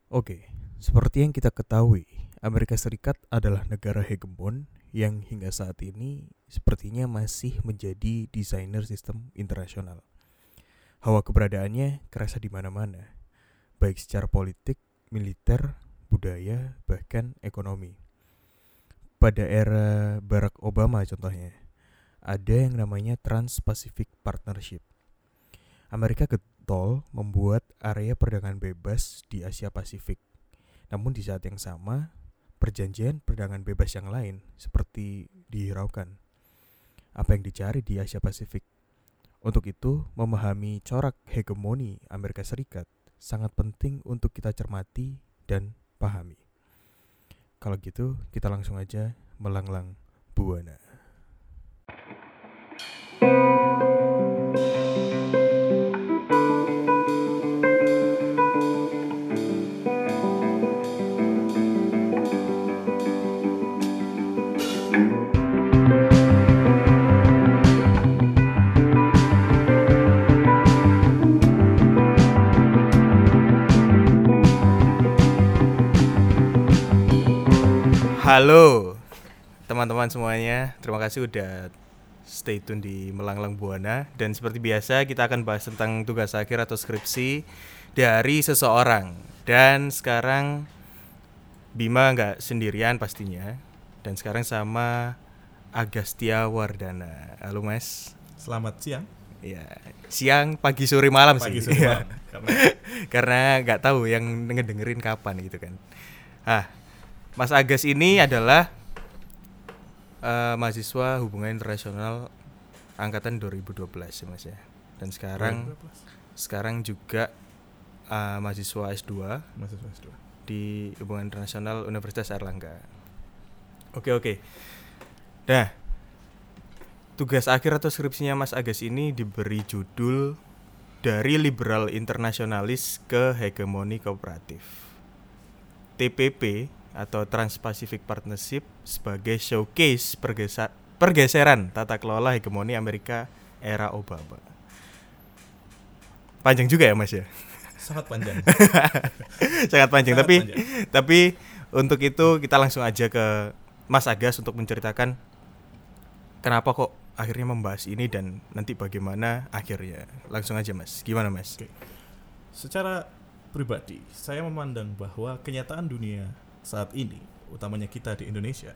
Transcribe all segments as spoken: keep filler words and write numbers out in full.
Oke, seperti yang kita ketahui, Amerika Serikat adalah negara hegemon yang hingga saat ini sepertinya masih menjadi desainer sistem internasional. Hawa keberadaannya kerasa di mana-mana, baik secara politik, militer, budaya, bahkan ekonomi. Pada era Barack Obama contohnya, ada yang namanya Trans-Pacific Partnership. Amerika getol membuat area perdagangan bebas di Asia Pasifik. Namun di saat yang sama, perjanjian perdagangan bebas yang lain seperti dihiraukan. Apa yang dicari di Asia Pasifik? Untuk itu, memahami corak hegemoni Amerika Serikat sangat penting untuk kita cermati dan pahami. Kalau gitu, kita langsung aja melanglang buana. Halo teman-teman semuanya, terima kasih udah stay tune di Melanglang Buana. Dan seperti biasa kita akan bahas tentang tugas akhir atau skripsi dari seseorang. Dan sekarang Bima gak sendirian pastinya. Dan sekarang sama Agastya Wardana. Halo Mas. Selamat siang. Ya, siang, pagi, sore, malam Pagi, sih sore, malam. Karena karena nggak tahu yang ngedengerin kapan gitu kan. Ah, Mas Agas ini adalah uh, mahasiswa hubungan internasional angkatan dua ribu dua belas ya Mas ya. Dan sekarang dua ribu dua belas. sekarang juga uh, mahasiswa S dua Mahasiswa S dua di hubungan internasional Universitas Airlangga. Oke oke. Nah, tugas akhir atau skripsinya Mas Agas ini diberi judul Dari Liberal Internasionalis ke Hegemoni Kooperatif. T P P atau Trans-Pacific Partnership sebagai showcase pergesa- pergeseran tata kelola hegemoni Amerika era Obama. Panjang juga ya Mas ya? Sangat panjang. Sangat panjang. Sangat tapi panjang. tapi untuk itu kita langsung aja ke Mas Agas untuk menceritakan kenapa kok akhirnya membahas ini dan nanti bagaimana akhirnya. Langsung aja Mas. Gimana Mas? Oke. Secara pribadi, saya memandang bahwa kenyataan dunia saat ini, utamanya kita di Indonesia,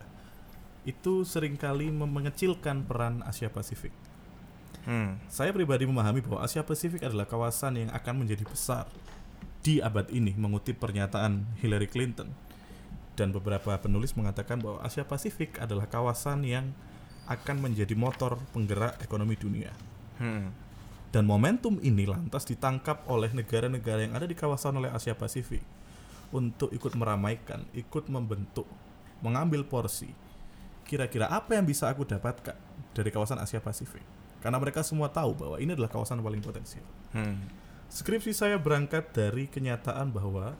itu seringkali mengecilkan peran Asia Pasifik. Hmm. Saya pribadi memahami bahwa Asia Pasifik adalah kawasan yang akan menjadi besar di abad ini, mengutip pernyataan Hillary Clinton. Dan beberapa penulis mengatakan bahwa Asia Pasifik adalah kawasan yang akan menjadi motor penggerak ekonomi dunia. Hmm. Dan momentum ini lantas ditangkap oleh negara-negara yang ada di kawasan oleh Asia Pasifik untuk ikut meramaikan, ikut membentuk, mengambil porsi. Kira-kira apa yang bisa aku dapatkan dari kawasan Asia Pasifik? Karena mereka semua tahu bahwa ini adalah kawasan paling potensial. Hmm. Skripsi saya berangkat dari kenyataan bahwa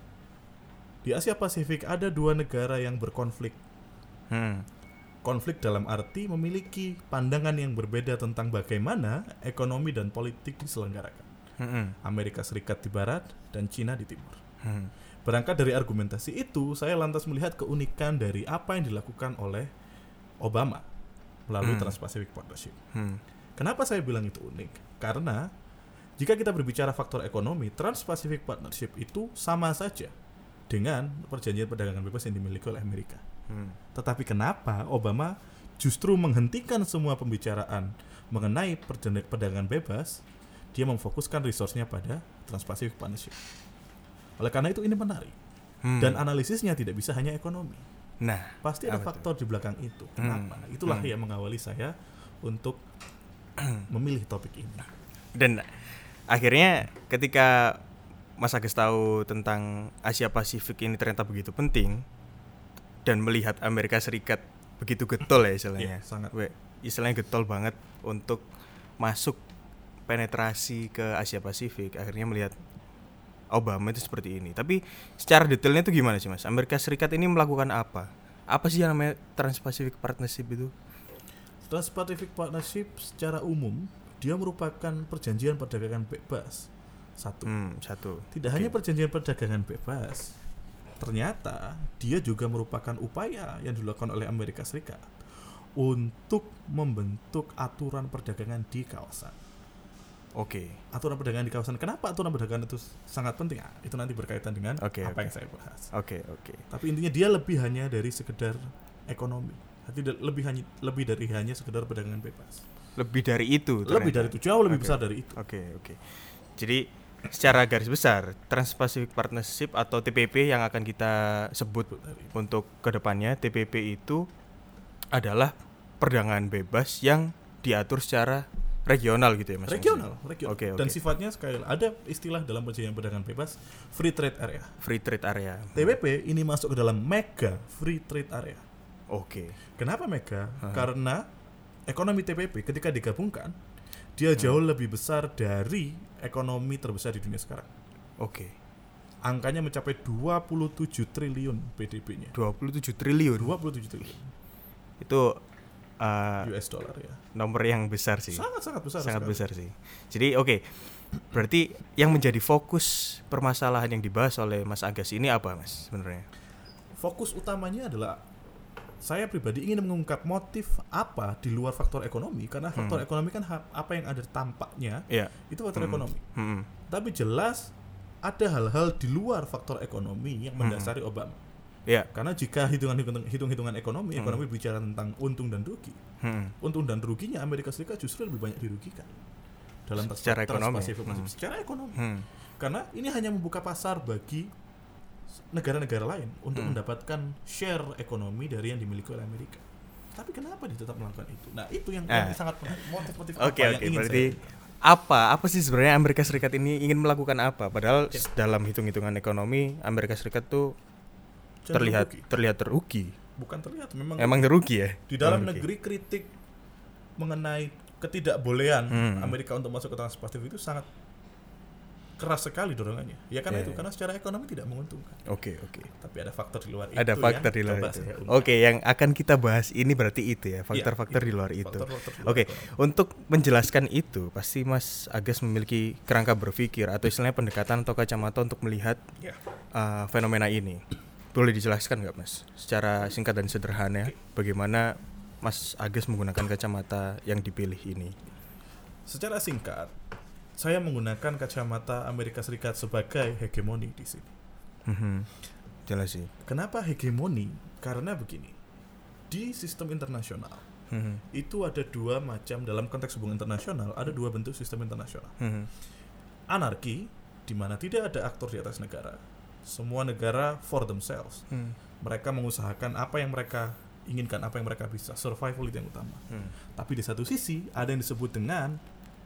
di Asia Pasifik ada dua negara yang berkonflik. Hmm. Konflik dalam arti memiliki pandangan yang berbeda tentang bagaimana ekonomi dan politik diselenggarakan. Hmm. Amerika Serikat di barat dan Cina di timur. Hmm. Berangkat dari argumentasi itu, saya lantas melihat keunikan dari apa yang dilakukan oleh Obama melalui Hmm. Trans-Pacific Partnership. Hmm. Kenapa saya bilang itu unik? Karena jika kita berbicara faktor ekonomi, Trans-Pacific Partnership itu sama saja dengan perjanjian perdagangan bebas yang dimiliki oleh Amerika. Hmm. Tetapi kenapa Obama justru menghentikan semua pembicaraan mengenai perdagangan bebas, dia memfokuskan resource-nya pada Trans-Pacific Partnership. Oleh karena itu ini menarik. Hmm. Dan analisisnya tidak bisa hanya ekonomi. Nah, pasti ada faktor di belakang itu. Kenapa? Hmm. Itulah hmm. yang mengawali saya untuk memilih topik ini. Dan akhirnya ketika Mas Agus tahu tentang Asia Pasifik ini ternyata begitu penting dan melihat Amerika Serikat begitu getol ya istilahnya. Ya, sangat. We, istilahnya getol banget untuk masuk penetrasi ke Asia Pasifik. Akhirnya melihat Obama itu seperti ini. Tapi secara detailnya itu gimana sih Mas? Amerika Serikat ini melakukan apa? Apa sih yang namanya Trans-Pacific Partnership itu? Trans-Pacific Partnership secara umum dia merupakan perjanjian perdagangan bebas. Satu. Hmm, satu. Tidak okay. hanya perjanjian perdagangan bebas, ternyata dia juga merupakan upaya yang dilakukan oleh Amerika Serikat untuk membentuk aturan perdagangan di kawasan. Oke. Aturan perdagangan di kawasan. Kenapa aturan perdagangan itu sangat penting? Nah, itu nanti berkaitan dengan okay, apa okay. yang saya bahas. Oke, okay, oke. Okay. Tapi intinya dia lebih hanya dari sekedar ekonomi. Tidak lebih hanya lebih dari hanya sekedar perdagangan bebas. Lebih dari itu. Ternyata. Lebih dari itu, jauh lebih okay. besar dari itu. Oke, okay, oke. Okay. Jadi secara garis besar Trans-Pacific Partnership atau T P P yang akan kita sebut untuk kedepannya, T P P itu adalah perdagangan bebas yang diatur secara regional gitu ya Mas? Regional, regional. Okay, Dan okay. sifatnya sekali ada istilah dalam perjanjian perdagangan bebas free trade area. Free trade area. T P P ini masuk ke dalam mega free trade area. Oke. Okay. Kenapa mega? Uh-huh. Karena ekonomi T P P ketika digabungkan dia jauh hmm. lebih besar dari ekonomi terbesar di dunia sekarang. Oke. Okay. Angkanya mencapai dua puluh tujuh triliun P D B-nya. dua puluh tujuh triliun. dua puluh tujuh triliun. Itu uh, U S dollar ya. Nomor yang besar sih. Sangat-sangat besar. Sangat sekali. besar sih. Jadi oke. Okay. Berarti yang menjadi fokus permasalahan yang dibahas oleh Mas Agas ini apa Mas sebenarnya? Fokus utamanya adalah saya pribadi ingin mengungkap motif apa di luar faktor ekonomi, karena faktor hmm. ekonomi kan ha- apa yang ada tampaknya yeah. itu faktor hmm. ekonomi. Hmm. Tapi jelas ada hal-hal di luar faktor ekonomi yang mendasari hmm. Obama. Yeah. Karena jika hitungan-hitungan hitung-hitungan ekonomi, hmm. ekonomi bicara tentang untung dan rugi. Hmm. Untung dan ruginya Amerika Serikat justru lebih banyak dirugikan dalam secara ekonomi. Hmm. Secara ekonomi. Hmm. Karena ini hanya membuka pasar bagi negara-negara lain untuk hmm. mendapatkan share ekonomi dari yang dimiliki oleh Amerika. Tapi kenapa dia tetap melakukan itu? Nah, itu yang, eh. yang sangat motif-motif apa okay, yang okay, ingin berarti saya apa apa sih sebenarnya Amerika Serikat ini ingin melakukan apa? Padahal okay. dalam hitung-hitungan ekonomi Amerika Serikat tuh Jangan terlihat terugi. terlihat terugi. Bukan terlihat, memang emang terugi ya. Di dalam memang negeri terugi. Kritik mengenai ketidakbolehan hmm. Amerika untuk masuk ke Trans-Pasifik itu sangat keras sekali dorongannya. Ya karena yeah. itu karena secara ekonomi tidak menguntungkan. Oke, okay, oke. Okay. Tapi ada faktor di luar ada itu. Ada faktor di luar itu. Oke, okay, yang akan kita bahas ini berarti itu ya, faktor-faktor yeah, di luar itu. Oke, okay. Untuk menjelaskan itu pasti Mas Agas memiliki kerangka berpikir atau istilahnya pendekatan atau kacamata untuk melihat yeah. uh, fenomena ini. Boleh dijelaskan nggak Mas? Secara singkat dan sederhana okay. bagaimana Mas Agas menggunakan kacamata yang dipilih ini? Secara singkat, saya menggunakan kacamata Amerika Serikat sebagai hegemoni di sini. Mm-hmm. Jelas sih. Kenapa hegemoni? Karena begini, di sistem internasional mm-hmm. itu ada dua macam, dalam konteks hubungan internasional ada dua bentuk sistem internasional. Mm-hmm. Anarki, di mana tidak ada aktor di atas negara, semua negara for themselves. Mm. Mereka mengusahakan apa yang mereka inginkan, apa yang mereka bisa, survival itu yang utama. Mm. Tapi di satu sisi ada yang disebut dengan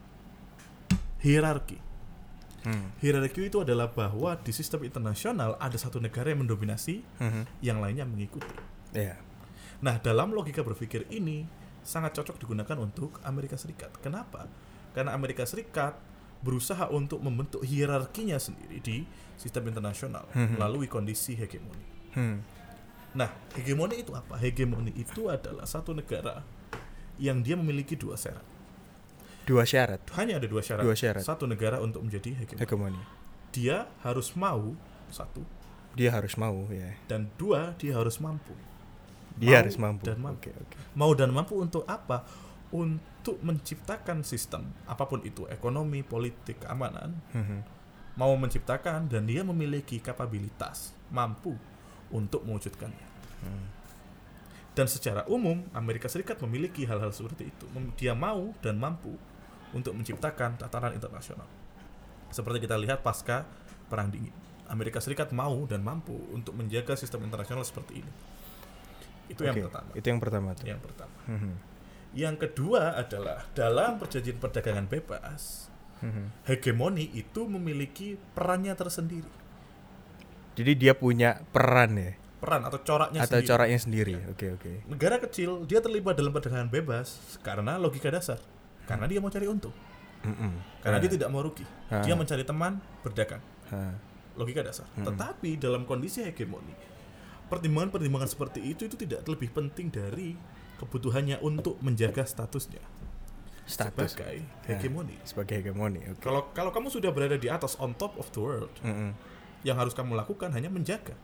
hierarki. Hmm. Hierarki itu adalah bahwa di sistem internasional ada satu negara yang mendominasi, hmm. yang lainnya mengikuti. Yeah. Nah, dalam logika berpikir ini sangat cocok digunakan untuk Amerika Serikat. Kenapa? Karena Amerika Serikat berusaha untuk membentuk hierarkinya sendiri di sistem internasional hmm. melalui kondisi hegemoni. Hmm. Nah, hegemoni itu apa? Hegemoni itu adalah satu negara yang dia memiliki dua syarat. Dua syarat. Hanya ada dua syarat. Dua syarat. Satu negara untuk menjadi hegemoni. hegemoni. Dia harus mau, satu. Dia harus mau, ya. Dan dua, dia harus mampu. Dia mau harus mampu. Dan mampu. Okay, okay. Mau dan mampu untuk apa? Untuk menciptakan sistem, apapun itu, ekonomi, politik, keamanan. Mm-hmm. Mau menciptakan dan dia memiliki kapabilitas, mampu untuk mewujudkannya. Mm. Dan secara umum, Amerika Serikat memiliki hal-hal seperti itu. Dia mau dan mampu untuk menciptakan tatanan internasional. Seperti kita lihat pasca Perang Dingin. Amerika Serikat mau dan mampu untuk menjaga sistem internasional seperti ini. Itu okay, yang pertama. Itu yang pertama tuh. Yang pertama. Mm-hmm. Yang kedua adalah dalam perjanjian perdagangan bebas, mm-hmm. hegemoni itu memiliki perannya tersendiri. Jadi dia punya peran ya? Peran atau coraknya atau sendiri. coraknya sendiri. Oke, oke. Okay, okay. Negara kecil dia terlibat dalam perdagangan bebas karena logika dasar. Karena dia mau cari untung. Mm-mm. Karena ha. dia tidak mau rugi. Ha. Dia mencari teman berdagang. Ha. Logika dasar. Mm-mm. Tetapi dalam kondisi hegemoni, pertimbangan-pertimbangan seperti itu itu tidak lebih penting dari kebutuhannya untuk menjaga statusnya. Status sebagai hegemoni. Ha. Sebagai hegemoni. Okay. Kalau kalau kamu sudah berada di atas, on top of the world, mm-mm. yang harus kamu lakukan hanya menjaga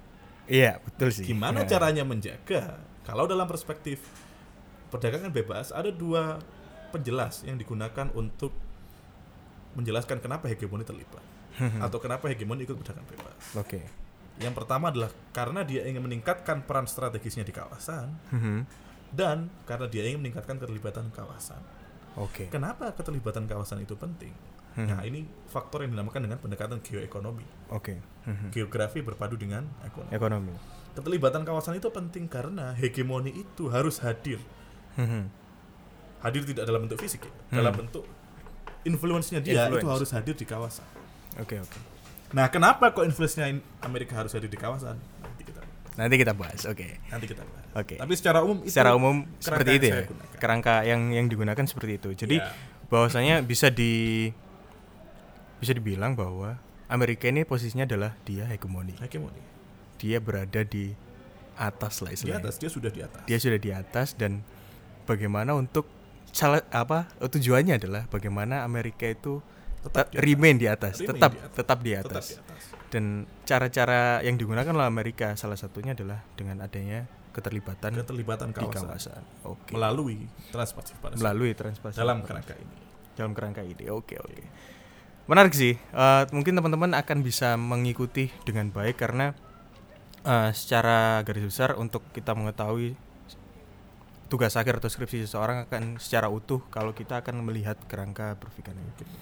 Iya, betul sih. Gimana Nah. caranya menjaga? Kalau dalam perspektif perdagangan bebas ada dua penjelas yang digunakan untuk menjelaskan kenapa hegemoni terlibat atau kenapa hegemoni ikut perdagangan bebas. Oke. Okay. Yang pertama adalah karena dia ingin meningkatkan peran strategisnya di kawasan dan karena dia ingin meningkatkan keterlibatan kawasan. Oke. Okay. Kenapa keterlibatan kawasan itu penting? Nah, ini faktor yang dinamakan dengan pendekatan geoekonomi. Oke. Okay. Geografi berpadu dengan ekonomi. Ekonomi. Keterlibatan kawasan itu penting karena hegemoni itu harus hadir. Hadir tidak dalam bentuk fisik, ya, dalam bentuk influence-nya dia Influence. Itu harus hadir di kawasan. Oke, okay, oke. Okay. Nah, kenapa kok influence-nya Amerika harus hadir di kawasan? Nanti kita bahas. Nanti kita bahas. Oke. Okay. Nanti kita bahas. Oke. Okay. Tapi secara umum itu secara umum seperti itu ya. Gunakan. Kerangka yang yang digunakan seperti itu. Jadi yeah. bahwasanya bisa di bisa dibilang bahwa Amerika ini posisinya adalah dia hegemoni. Hegemoni. Dia berada di atas lah istilahnya. Di atas, dia sudah di atas. Dia sudah di atas dan bagaimana untuk salah apa tujuannya adalah bagaimana Amerika itu tetap di remain di atas, remain tetap di atas. tetap di atas. Tetap di atas. Dan cara-cara yang digunakan oleh Amerika salah satunya adalah dengan adanya keterlibatan keterlibatan kawasan. Di kawasan. Oke. Okay. Melalui Trans-Pasifik Partnership. Melalui Trans-Pasifik dalam kerangka ini. Dalam kerangka ini. Oke, okay, oke. Okay. Menarik sih. Uh, mungkin teman-teman akan bisa mengikuti dengan baik karena uh, secara garis besar untuk kita mengetahui tugas akhir atau skripsi seseorang akan secara utuh kalau kita akan melihat kerangka berpikir ini. Oke,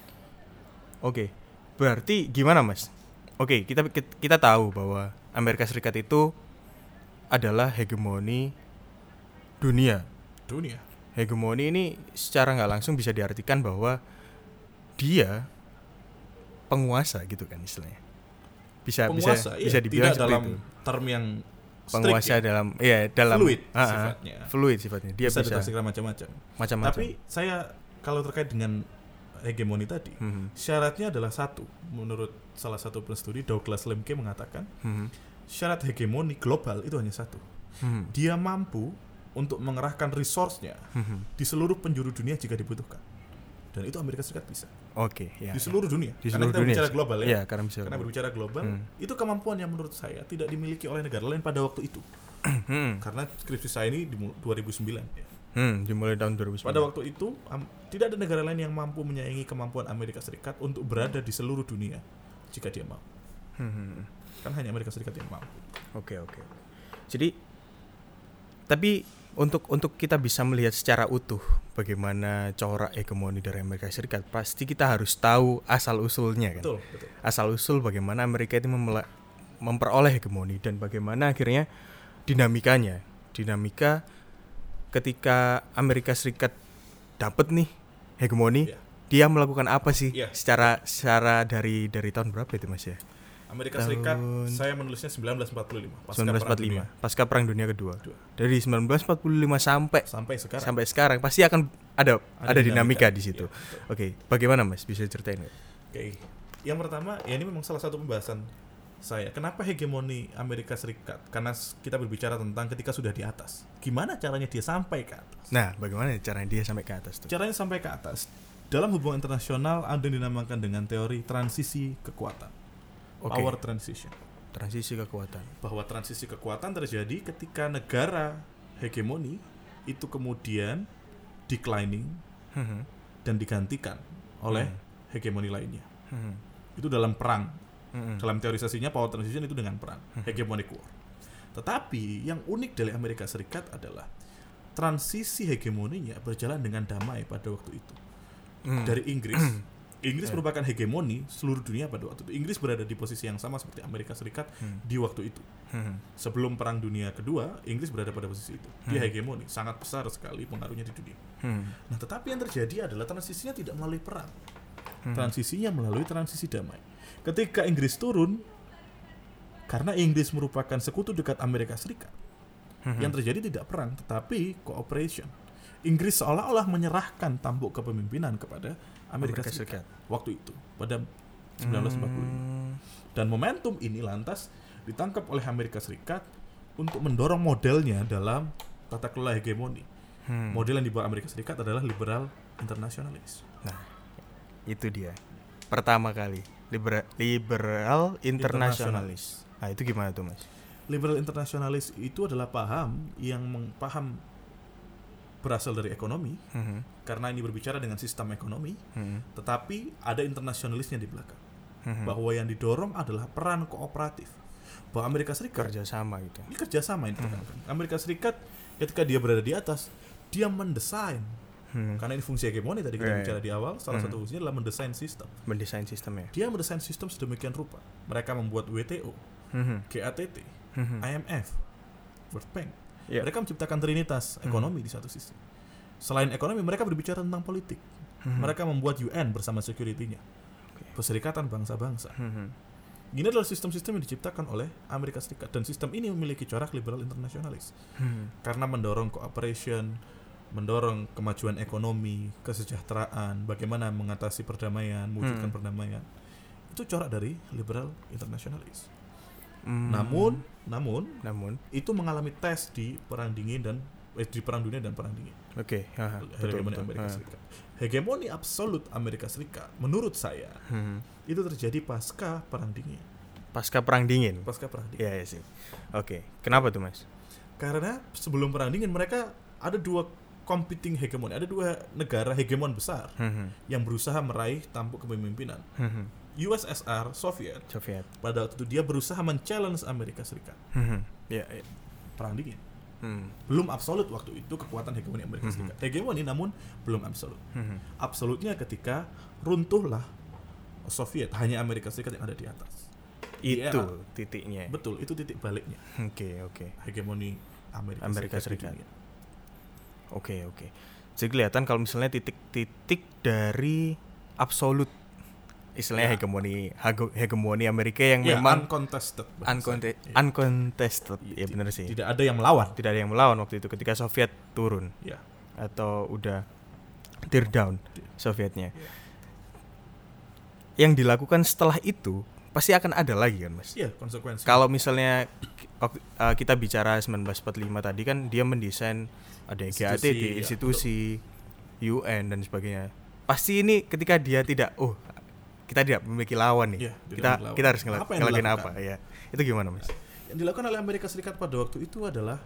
okay. Berarti gimana Mas? Oke, okay, kita kita tahu bahwa Amerika Serikat itu adalah hegemoni dunia. Dunia. Hegemoni ini secara nggak langsung bisa diartikan bahwa dia penguasa gitu kan istilahnya. Bisa penguasa, bisa iya, bisa dibilang tidak dalam itu. term yang penguasa ya. dalam ya dalam fluid uh, sifatnya. Fluid sifatnya. Dia bisa, bisa ditafsirkan macam-macam. Macam-macam. Tapi saya kalau terkait dengan hegemoni tadi, mm-hmm. syaratnya adalah satu. Menurut salah satu penstudi Douglas Lemke mengatakan, mm-hmm. syarat hegemoni global itu hanya satu. Mm-hmm. Dia mampu untuk mengerahkan resource-nya mm-hmm. di seluruh penjuru dunia jika dibutuhkan. Dan itu Amerika Serikat bisa. Oke, okay, ya. Di seluruh dunia. Di seluruh karena kita dunia. Berbicara global ya. ya karena, karena berbicara global, hmm. itu kemampuan yang menurut saya tidak dimiliki oleh negara lain pada waktu itu. hmm. Karena skripsi saya ini di dua ribu sembilan ya. Hmm, dimulai tahun dua ribu sembilan. Pada waktu itu um, tidak ada negara lain yang mampu menyaingi kemampuan Amerika Serikat untuk berada di seluruh dunia jika dia mau. Hmm. Kan hanya Amerika Serikat yang mampu. Oke, okay, oke. Okay. Jadi tapi untuk untuk kita bisa melihat secara utuh bagaimana corak hegemoni dari Amerika Serikat, pasti kita harus tahu asal usulnya kan. Betul, betul. Asal usul bagaimana Amerika itu memela- memperoleh hegemoni dan bagaimana akhirnya dinamikanya. Dinamika ketika Amerika Serikat dapat nih hegemoni, yeah. dia melakukan apa sih? Yeah. Secara secara dari dari tahun berapa itu Mas ya? Amerika Serikat, saya menulisnya sembilan belas empat puluh lima pasca sembilan belas empat puluh lima Perang pasca Perang Dunia Kedua. Dua. Dari sembilan belas empat puluh lima sampai sampai sekarang. Sampai sekarang pasti akan ada ada, ada dinamika, dinamika di situ. Ya, Oke, okay. Bagaimana Mas? Bisa ceritain nggak? Oke. Okay. Yang pertama, ya ini memang salah satu pembahasan saya. Kenapa hegemoni Amerika Serikat? Karena kita berbicara tentang ketika sudah di atas. Gimana caranya dia sampai ke atas? Nah, bagaimana caranya dia sampai ke atas tuh? Caranya sampai ke atas. Dalam hubungan internasional ada yang dinamakan dengan teori transisi kekuatan. Okay. Power transition. Transisi kekuatan. Bahwa transisi kekuatan terjadi ketika negara hegemoni itu kemudian declining mm-hmm. dan digantikan oleh mm-hmm. hegemoni lainnya. Mm-hmm. Itu dalam perang. Mm-hmm. Dalam teorisasinya power transition itu dengan perang, mm-hmm. hegemonic war. Tetapi yang unik dari Amerika Serikat adalah transisi hegemoninya berjalan dengan damai pada waktu itu. Mm. Dari Inggris Inggris yeah. merupakan hegemoni seluruh dunia pada waktu itu. Inggris berada di posisi yang sama seperti Amerika Serikat hmm. di waktu itu. Hmm. Sebelum Perang Dunia Kedua, Inggris berada pada posisi itu. Dia hmm. hegemoni, sangat besar sekali pengaruhnya di dunia. Hmm. Nah, tetapi yang terjadi adalah transisinya tidak melalui perang. Hmm. Transisinya melalui transisi damai. Ketika Inggris turun, karena Inggris merupakan sekutu dekat Amerika Serikat, hmm. yang terjadi tidak perang, tetapi cooperation. Inggris seolah-olah menyerahkan tampuk kepemimpinan kepada Amerika, Amerika Serikat. Serikat waktu itu pada sembilan belas empat puluh lima. Hmm. Dan momentum ini lantas ditangkap oleh Amerika Serikat untuk mendorong modelnya dalam tata kelola hegemoni. Hmm. Model yang dibawa Amerika Serikat adalah liberal internasionalis. Nah, itu dia. Pertama kali liberal, liberal internasionalis. Nah, itu gimana tuh, Mas? liberal internasionalis itu adalah paham yang meng- paham berasal dari ekonomi, Mhm. karena ini berbicara dengan sistem ekonomi, Mhm. tetapi ada internasionalisnya di belakang. Mhm. Bahwa yang didorong adalah peran kooperatif. Bahwa Amerika Serikat Kerjasama gitu. ini kerjasama yang ditekankan. Amerika Serikat ketika dia berada di atas, dia mendesain. Mhm. Karena ini fungsi hegemoni tadi kita Iya, bicara iya. di awal, salah Mhm. satu fungsinya adalah mendesain sistem. Mendesain sistemnya. Dia mendesain sistem sedemikian rupa. Mereka membuat W T O, Mhm. G A T T, Mhm. I M F, World Bank. Iya. Mereka menciptakan trinitas ekonomi di satu sisi. Selain ekonomi, mereka berbicara tentang politik. Mhm. Mereka membuat U N bersama security-nya. Perserikatan bangsa-bangsa. Mhm. Ini adalah sistem-sistem yang diciptakan oleh Amerika Serikat, dan sistem ini memiliki corak liberal internasionalis Mhm. karena mendorong cooperation, mendorong kemajuan ekonomi, kesejahteraan, bagaimana mengatasi perdamaian, mewujudkan Hmm. perdamaian. Itu corak dari liberal internasionalis. Hmm. Namun, namun namun itu mengalami tes di perang dingin dan eh, di perang dunia dan perang dingin. oke, haha, betul, Hegemoni betul. Amerika Ha. Serikat. Hegemoni absolut Amerika Serikat, menurut saya, Mhm. itu terjadi pasca perang dingin. Pasca perang dingin. Pasca perang dingin. Iya, iya sih. Oke, kenapa tuh, Mas? Karena sebelum perang dingin mereka ada dua competing hegemoni, ada dua negara hegemon besar Mhm. yang berusaha meraih tampuk kepemimpinan. Mhm. U S S R, Soviet, Soviet. pada waktu itu dia berusaha men-challenge Amerika Serikat. Mhm. Iya, iya. Perang dingin. Hmm. Belum absolut waktu itu kekuatan hegemoni Amerika Mhm. Serikat. Hegemoni namun belum absolut. Mhm. Absolutnya ketika runtuhlah Soviet, hanya Amerika Serikat yang ada di atas. Di Itu era- titiknya. Betul, itu titik baliknya Oke, oke. hegemoni Amerika, Amerika Serikat. Serikat. di dunia. Oke, oke. Jadi kelihatan kalau misalnya titik-titik dari absolut istilahnya Ya. hegemoni hago- hegemoni Amerika yang Ya, memang uncontested. bahasa. unconte- Iya. uncontested. Iya, Ya ti- benar sih. Tidak ada yang melawan. Tidak ada yang melawan waktu itu ketika Soviet turun Ya. atau udah tear down Iya. Sovietnya. Iya. Yang dilakukan setelah itu pasti akan ada lagi kan, Mas? Iya, konsekuensi. Kalau misalnya wak- uh, kita bicara sembilan belas empat puluh lima tadi kan dia mendesain ada G A T T, Institusi, ya, institusi, U N dan sebagainya. Pasti ini ketika dia tidak, oh kita tidak memiliki lawan nih, Iya, tidak kita memiliki lawan. kita harus ngel- Apa yang ngelakuin dilakukan? apa? Ya, itu gimana, Mas? Yang dilakukan oleh Amerika Serikat pada waktu itu adalah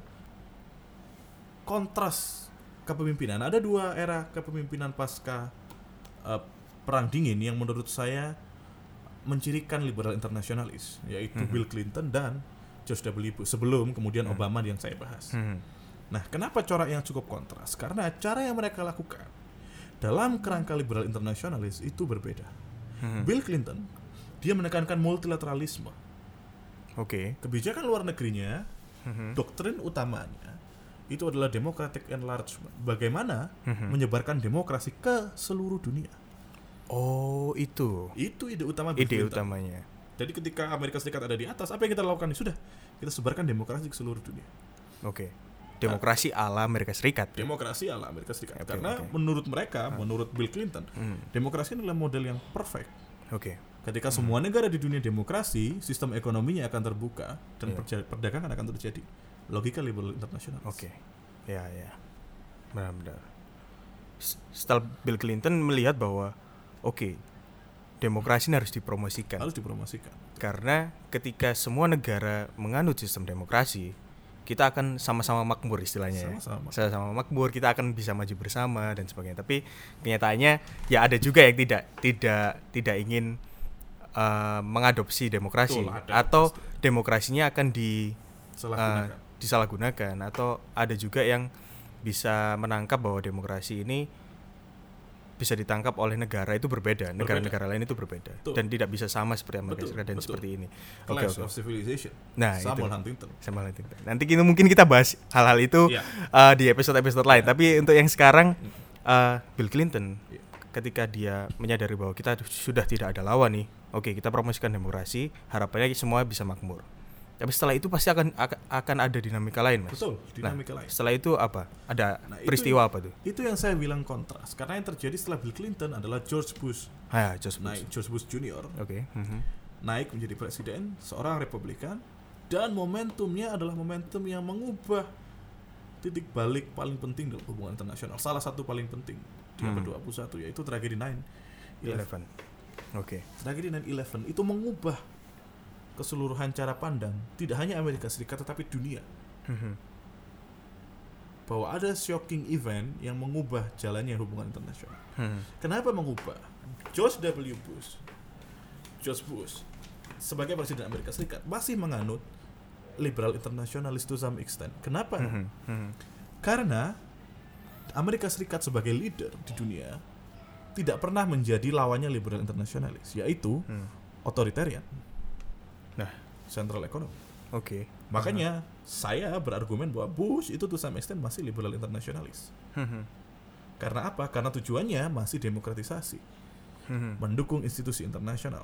kontras kepemimpinan. Ada dua era kepemimpinan pasca uh, perang dingin yang menurut saya mencirikan liberal internasionalis, yaitu Mhm. Bill Clinton dan George W. Bush sebelum kemudian Mhm. Obama yang saya bahas. Hmm. Nah, kenapa corak yang cukup kontras? Karena cara yang mereka lakukan dalam kerangka liberal internasionalis itu berbeda. Hmm. Bill Clinton, dia menekankan multilateralisme. Oke. Kebijakan luar negerinya, Hmm. doktrin utamanya itu adalah democratic enlargement. Bagaimana Hmm. menyebarkan demokrasi ke seluruh dunia. Oh, itu Itu ide utama Bill ide Clinton. utamanya. Jadi ketika Amerika Serikat ada di atas, apa yang kita lakukan? Sudah, kita sebarkan demokrasi ke seluruh dunia. Oke. Demokrasi ala Amerika Serikat. Demokrasi ala Amerika Serikat. Oke, Karena oke. menurut mereka, menurut Bill Clinton, Hmm. demokrasi adalah model yang perfect. Oke. Ketika semua negara di dunia demokrasi, sistem ekonominya akan terbuka dan Iya. perja- perdagangan akan terjadi. Logika liberal internasional. Oke. Ya, ya. Benar-benar. S- Setelah Bill Clinton melihat bahwa oke, demokrasi ini harus dipromosikan. Harus dipromosikan. Karena ketika semua negara menganut sistem demokrasi, kita akan sama-sama makmur istilahnya. ya. Sama-sama. Sama-sama makmur, kita akan bisa maju bersama dan sebagainya. Tapi kenyataannya ya ada juga yang tidak tidak tidak ingin uh, mengadopsi demokrasi Betul, ada, atau pasti. demokrasinya akan di Salah uh, gunakan. disalahgunakan, atau ada juga yang bisa menangkap bahwa demokrasi ini bisa ditangkap oleh negara itu berbeda, negara-negara lain itu berbeda. Betul. Dan tidak bisa sama seperti Amerika Betul, Serikat dan betul. seperti ini. Oke, Clash oke. of Civilization. Nah, Samuel itu. Huntington. Sama Huntington. Nanti kita mungkin kita bahas hal-hal itu Iya. uh, di episode-episode lain. Iya. Tapi untuk yang sekarang uh, Bill Clinton Iya. ketika dia menyadari bahwa kita sudah tidak ada lawan nih. Oke, kita promosikan demokrasi, harapannya semua bisa makmur. Tapi setelah itu pasti akan ak- akan ada dinamika lain, Mas. Betul, dinamika Nah, lain. setelah itu apa? Ada Nah, itu- peristiwa apa tuh? Itu yang saya bilang kontras. Karena yang terjadi setelah Bill Clinton adalah George Bush Ah, George Bush. naik, George Bush Junior Oke. mhm. naik menjadi presiden, seorang Republikan, dan momentumnya adalah momentum yang mengubah titik balik paling penting dalam hubungan internasional. Salah satu paling penting di abad Hmm. dua puluh satu yaitu tragedi nine eleven. Eleven. Oke. Tragedi nine eleven itu mengubah keseluruhan cara pandang tidak hanya Amerika Serikat tetapi dunia. Mhm. Bahwa ada shocking event yang mengubah jalannya hubungan internasional. Mhm. Kenapa mengubah? George W. Bush, George Bush sebagai presiden Amerika Serikat masih menganut liberal internasionalis to some extent. Kenapa? Mhm. Mhm. Karena Amerika Serikat sebagai leader di dunia tidak pernah menjadi lawannya liberal internasionalis, yaitu Hmm. otoritarian. Nah, Central economy. oke. Makanya saya berargumen bahwa Bush itu to some extent masih liberal internasionalis. Mhm. Karena apa? Karena tujuannya masih demokratisasi, Mhm. mendukung institusi internasional.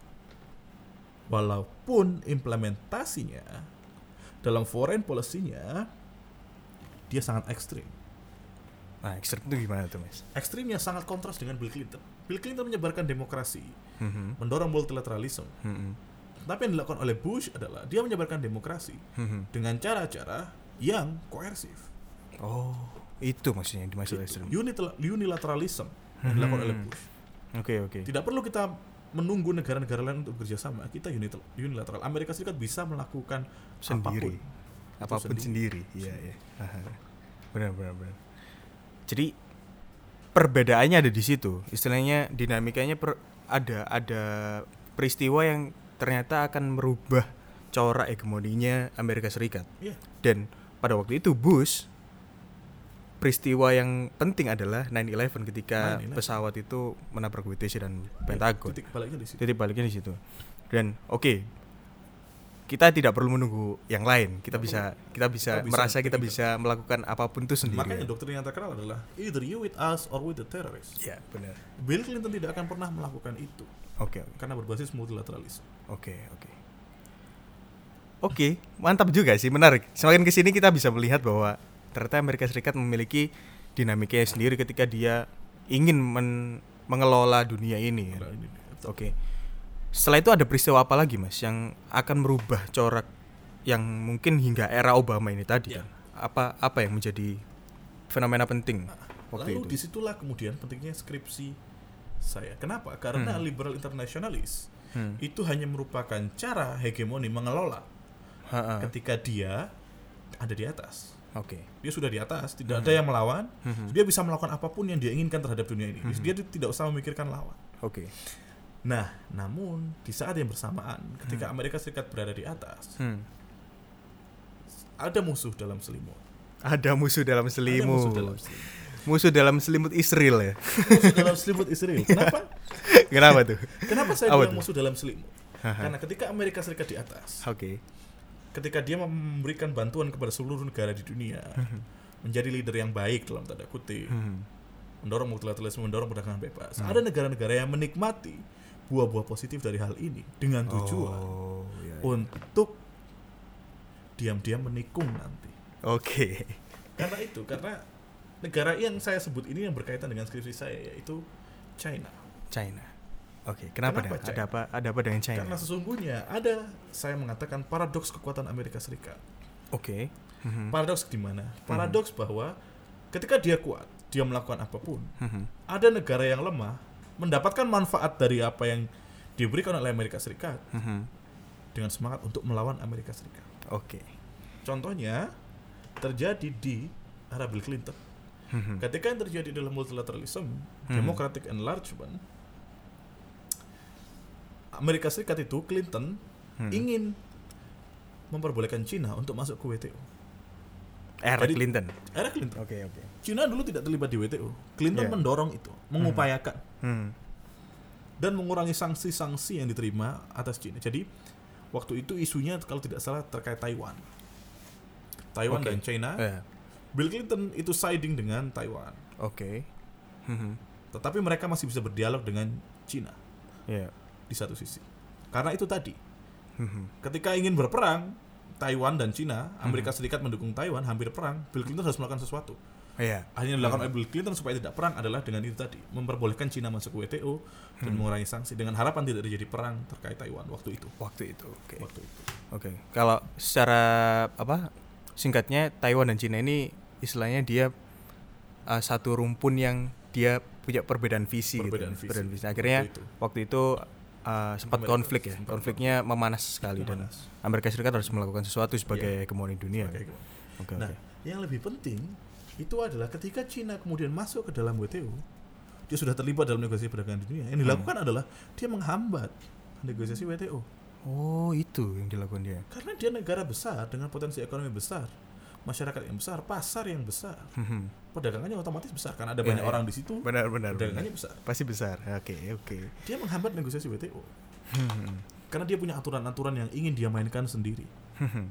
Walaupun implementasinya dalam foreign policy-nya dia sangat ekstrim. Nah, ekstrim itu gimana tuh, Mas? Ekstrimnya sangat kontras dengan Bill Clinton. Bill Clinton menyebarkan demokrasi, Mhm. mendorong multilateralism. Mhm. Tapi yang dilakukan oleh Bush adalah dia menyebarkan demokrasi Mhm. dengan cara-cara yang koersif. Oh, itu maksudnya yang dimaksud Gitu. ekstrim. Unitil- Unilateralism yang dilakukan Mhm. oleh Bush. Oke, oke. Tidak perlu kita menunggu negara-negara lain untuk bekerja sama. Kita unitil- unilateral. Amerika Serikat bisa melakukan Sendiri. apapun. Apapun Itu sendiri. Iya, iya. Aha. Benar, benar, benar. Jadi perbedaannya ada di situ. Istilahnya dinamikanya per, ada ada peristiwa yang ternyata akan merubah corak hegemoninya Amerika Serikat. Iya. Dan pada waktu itu Bush, peristiwa yang penting adalah nine eleven ketika nine eleven. pesawat itu menabrak W T C dan Pentagon. Titik baliknya di situ. Titik baliknya di situ. Dan oke, okay, kita tidak perlu menunggu yang lain. Kita Tidak bisa kita bisa Kita bisa merasa kita kita- bisa melakukan apapun itu sendiri. Makanya doktrin yang terkenal adalah either you with us or with the terrorists. Ya, benar. Bill Clinton tidak akan pernah melakukan itu Oke, oke. karena berbasis multilateralisme. Oke, oke. Oke, mantap juga sih, menarik. Semakin kesini kita bisa melihat bahwa ternyata Amerika Serikat memiliki dinamikanya sendiri ketika dia ingin men- mengelola dunia ini. Nah, ini. Oke. Setelah itu ada peristiwa apa lagi, Mas, yang akan merubah corak yang mungkin hingga era Obama ini tadi Ya. kan? Apa apa yang menjadi fenomena penting waktu Lalu itu? disitulah kemudian pentingnya skripsi saya. Kenapa? Karena Hmm. liberal internasionalis Hmm. itu hanya merupakan cara hegemoni mengelola Ha-ha. ketika dia ada di atas. Oke. Dia sudah di atas, tidak Hmm. ada yang melawan. Hmm. Dia bisa melakukan apapun yang dia inginkan terhadap dunia ini. Hmm. Dia tidak usah memikirkan lawan. Oke. Nah, namun di saat yang bersamaan ketika Amerika Serikat berada di atas, Hmm. ada musuh dalam selimut. Ada musuh dalam Ada selimut. musuh dalam selimut. Musuh dalam selimut Israel ya. Musuh dalam selimut Israel. Kenapa? Kenapa tuh? Kenapa saya Apa bilang tuh? musuh dalam selimut? Haha. Karena ketika Amerika Serikat di atas, Oke. ketika dia memberikan bantuan kepada seluruh negara di dunia, menjadi leader yang baik dalam tanda kutip, Hmm. mendorong multilateralisme, mendorong perdagangan bebas. Hmm. Ada negara-negara yang menikmati buah-buah positif dari hal ini dengan tujuan Oh, iya, iya. untuk diam-diam menikung nanti. Oke. Karena itu, karena negara yang saya sebut ini yang berkaitan dengan skripsi saya yaitu China. China. Oke, kenapa, Kenapa dah? China? Ada apa ada apa dengan China? Karena sesungguhnya ada, saya mengatakan paradoks kekuatan Amerika Serikat. Oke. Mhm. Paradoks di mana? Paradoks bahwa ketika dia kuat, dia melakukan apapun, Mhm. ada negara yang lemah mendapatkan manfaat dari apa yang diberikan oleh Amerika Serikat Mhm. dengan semangat untuk melawan Amerika Serikat. Oke. Contohnya terjadi di era Bill Clinton. Mhm. Ketika yang terjadi dalam multilateralism, Hmm. democratic enlargement, Amerika Serikat itu Clinton Hmm. ingin memperbolehkan Cina untuk masuk ke W T O. Era Jadi- Clinton. Era Clinton. Oke, oke. Cina dulu tidak terlibat di W T O. Clinton Yeah. mendorong itu, mengupayakan Hmm. dan mengurangi sanksi-sanksi yang diterima atas Cina. Jadi waktu itu isunya kalau tidak salah terkait Taiwan. Taiwan Oke. dan China. Eh, Bill Clinton itu siding dengan Taiwan. Oke. Mhm. Tetapi mereka masih bisa berdialog dengan Cina Ya. di satu sisi. Karena itu tadi, Mhm. ketika ingin berperang, Taiwan dan Cina, Amerika Mhm. Serikat mendukung Taiwan, hampir perang, Bill Clinton harus melakukan sesuatu. Iya. Hanya yang dilakukan oleh Bill Clinton supaya tidak perang adalah dengan itu tadi, memperbolehkan Cina masuk ke W T O dan Hmm. mengurangi sanksi dengan harapan tidak terjadi perang terkait Taiwan waktu itu. Waktu itu. Oke. Waktu itu. Oke. Kalau secara apa? Singkatnya Taiwan dan Cina ini istilahnya dia uh, satu rumpun yang dia punya perbedaan visi Perbedaan gitu. visi. Akhirnya Waktu itu. waktu itu uh, sempat Amerika, konflik ya. sempat Konfliknya memanas sekali Memanas. dan Amerika Serikat harus melakukan sesuatu sebagai Iya. hegemoni dunia. Sebagai kan? hegemoni. Oke Nah, oke. yang lebih penting itu adalah ketika Cina kemudian masuk ke dalam W T O, dia sudah terlibat dalam negosiasi perdagangan dunia. Yang dilakukan Hmm. adalah dia menghambat negosiasi W T O. Oh, itu yang dilakukan dia. Karena dia negara besar dengan potensi ekonomi besar, masyarakat yang besar, pasar yang besar, Hmm. perdagangannya otomatis besar karena ada Ya, banyak ya. orang di situ. Benar benar. Perdagangannya benar. besar. Pasti besar. Oke oke. Dia menghambat negosiasi W T O Hmm. karena dia punya aturan-aturan yang ingin dia mainkan sendiri. Hmm.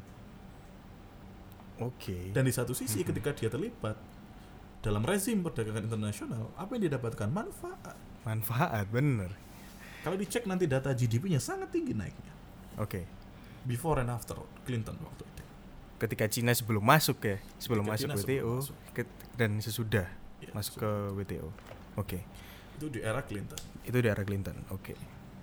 Oke. Dan di satu sisi ketika dia terlibat dalam rezim perdagangan internasional, apa yang dia dapatkan? Manfaat. Manfaat bener. Kalau dicek nanti data G D P-nya sangat tinggi naiknya. Oke. Before and after Clinton waktu itu. Ketika Cina sebelum masuk ya, sebelum Ketika masuk Cina W T sebelum O masuk. ke- dan sesudah Ya, masuk so- ke W T O. Oke. itu di era Clinton. Itu di era Clinton. Oke.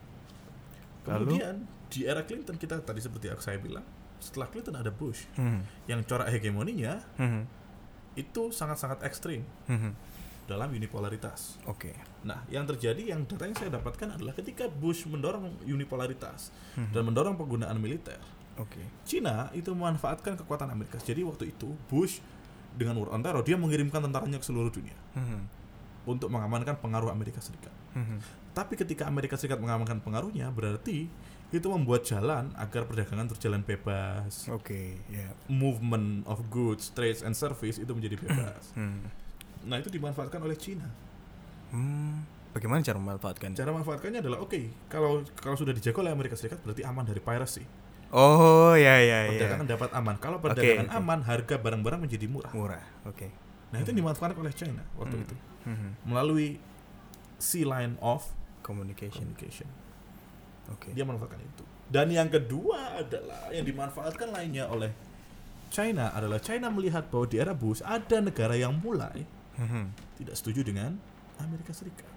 Lalu? Kemudian di era Clinton kita tadi seperti yang saya bilang, setelah Clinton ada Bush Hmm. yang corak hegemoninya Hmm. itu sangat-sangat ekstrim Hmm. dalam unipolaritas. Oke. Nah, yang terjadi, yang data yang saya dapatkan adalah ketika Bush mendorong unipolaritas Hmm. dan mendorong penggunaan militer, Oke. Cina itu memanfaatkan kekuatan Amerika. Jadi waktu itu Bush dengan war on terror dia mengirimkan tentaranya ke seluruh dunia Hmm. untuk mengamankan pengaruh Amerika Serikat. Hmm. Tapi ketika Amerika Serikat mengamankan pengaruhnya, berarti itu membuat jalan agar perdagangan berjalan bebas. Oke. Ya. Movement of goods, trades and service itu menjadi bebas. Hmm. Nah, itu dimanfaatkan oleh Cina. Hmm. Bagaimana cara memanfaatkan? Cara memanfaatkannya adalah oke, okay, kalau kalau sudah dijaga oleh Amerika Serikat berarti aman dari piracy. Oh ya ya ya. Perdagangan dapat aman. Kalau perdagangan Oke, oke. aman, harga barang-barang menjadi murah. Murah. Oke. Nah, itu dimanfaatkan oleh China waktu Hmm. itu Hmm. melalui sea line of Communication. communication. Oke. Dia memanfaatkan itu. Dan yang kedua adalah yang dimanfaatkan lainnya oleh China adalah China melihat bahwa di era Bush ada negara yang mulai Hmm. tidak setuju dengan Amerika Serikat.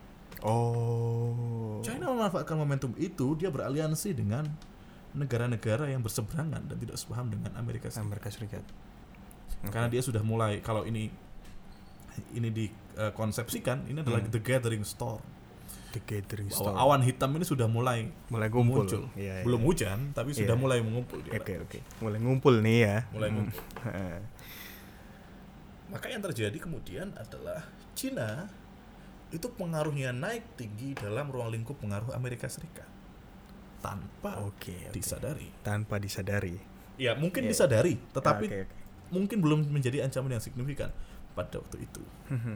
Oh. China memanfaatkan momentum itu, dia beraliansi dengan negara-negara yang berseberangan dan tidak sepaham dengan Amerika Serikat. Amerika Serikat. Karena dia sudah mulai, kalau ini ini dikonsepsikan, ini adalah Hmm. the gathering storm. The Gathering Bahwa Storm. awan hitam ini sudah mulai Mulai ngumpul. muncul. Iya, iya. Belum hujan, tapi sudah Iya. mulai mengumpul. di Oke era- oke. Mulai ngumpul nih ya. Mulai Hmm. ngumpul. Maka yang terjadi kemudian adalah Cina itu pengaruhnya naik tinggi dalam ruang lingkup pengaruh Amerika Serikat tanpa Oke. oke. disadari. Tanpa disadari. Ya mungkin Iya. disadari, tetapi Oke, oke. mungkin belum menjadi ancaman yang signifikan pada waktu itu. Hmm.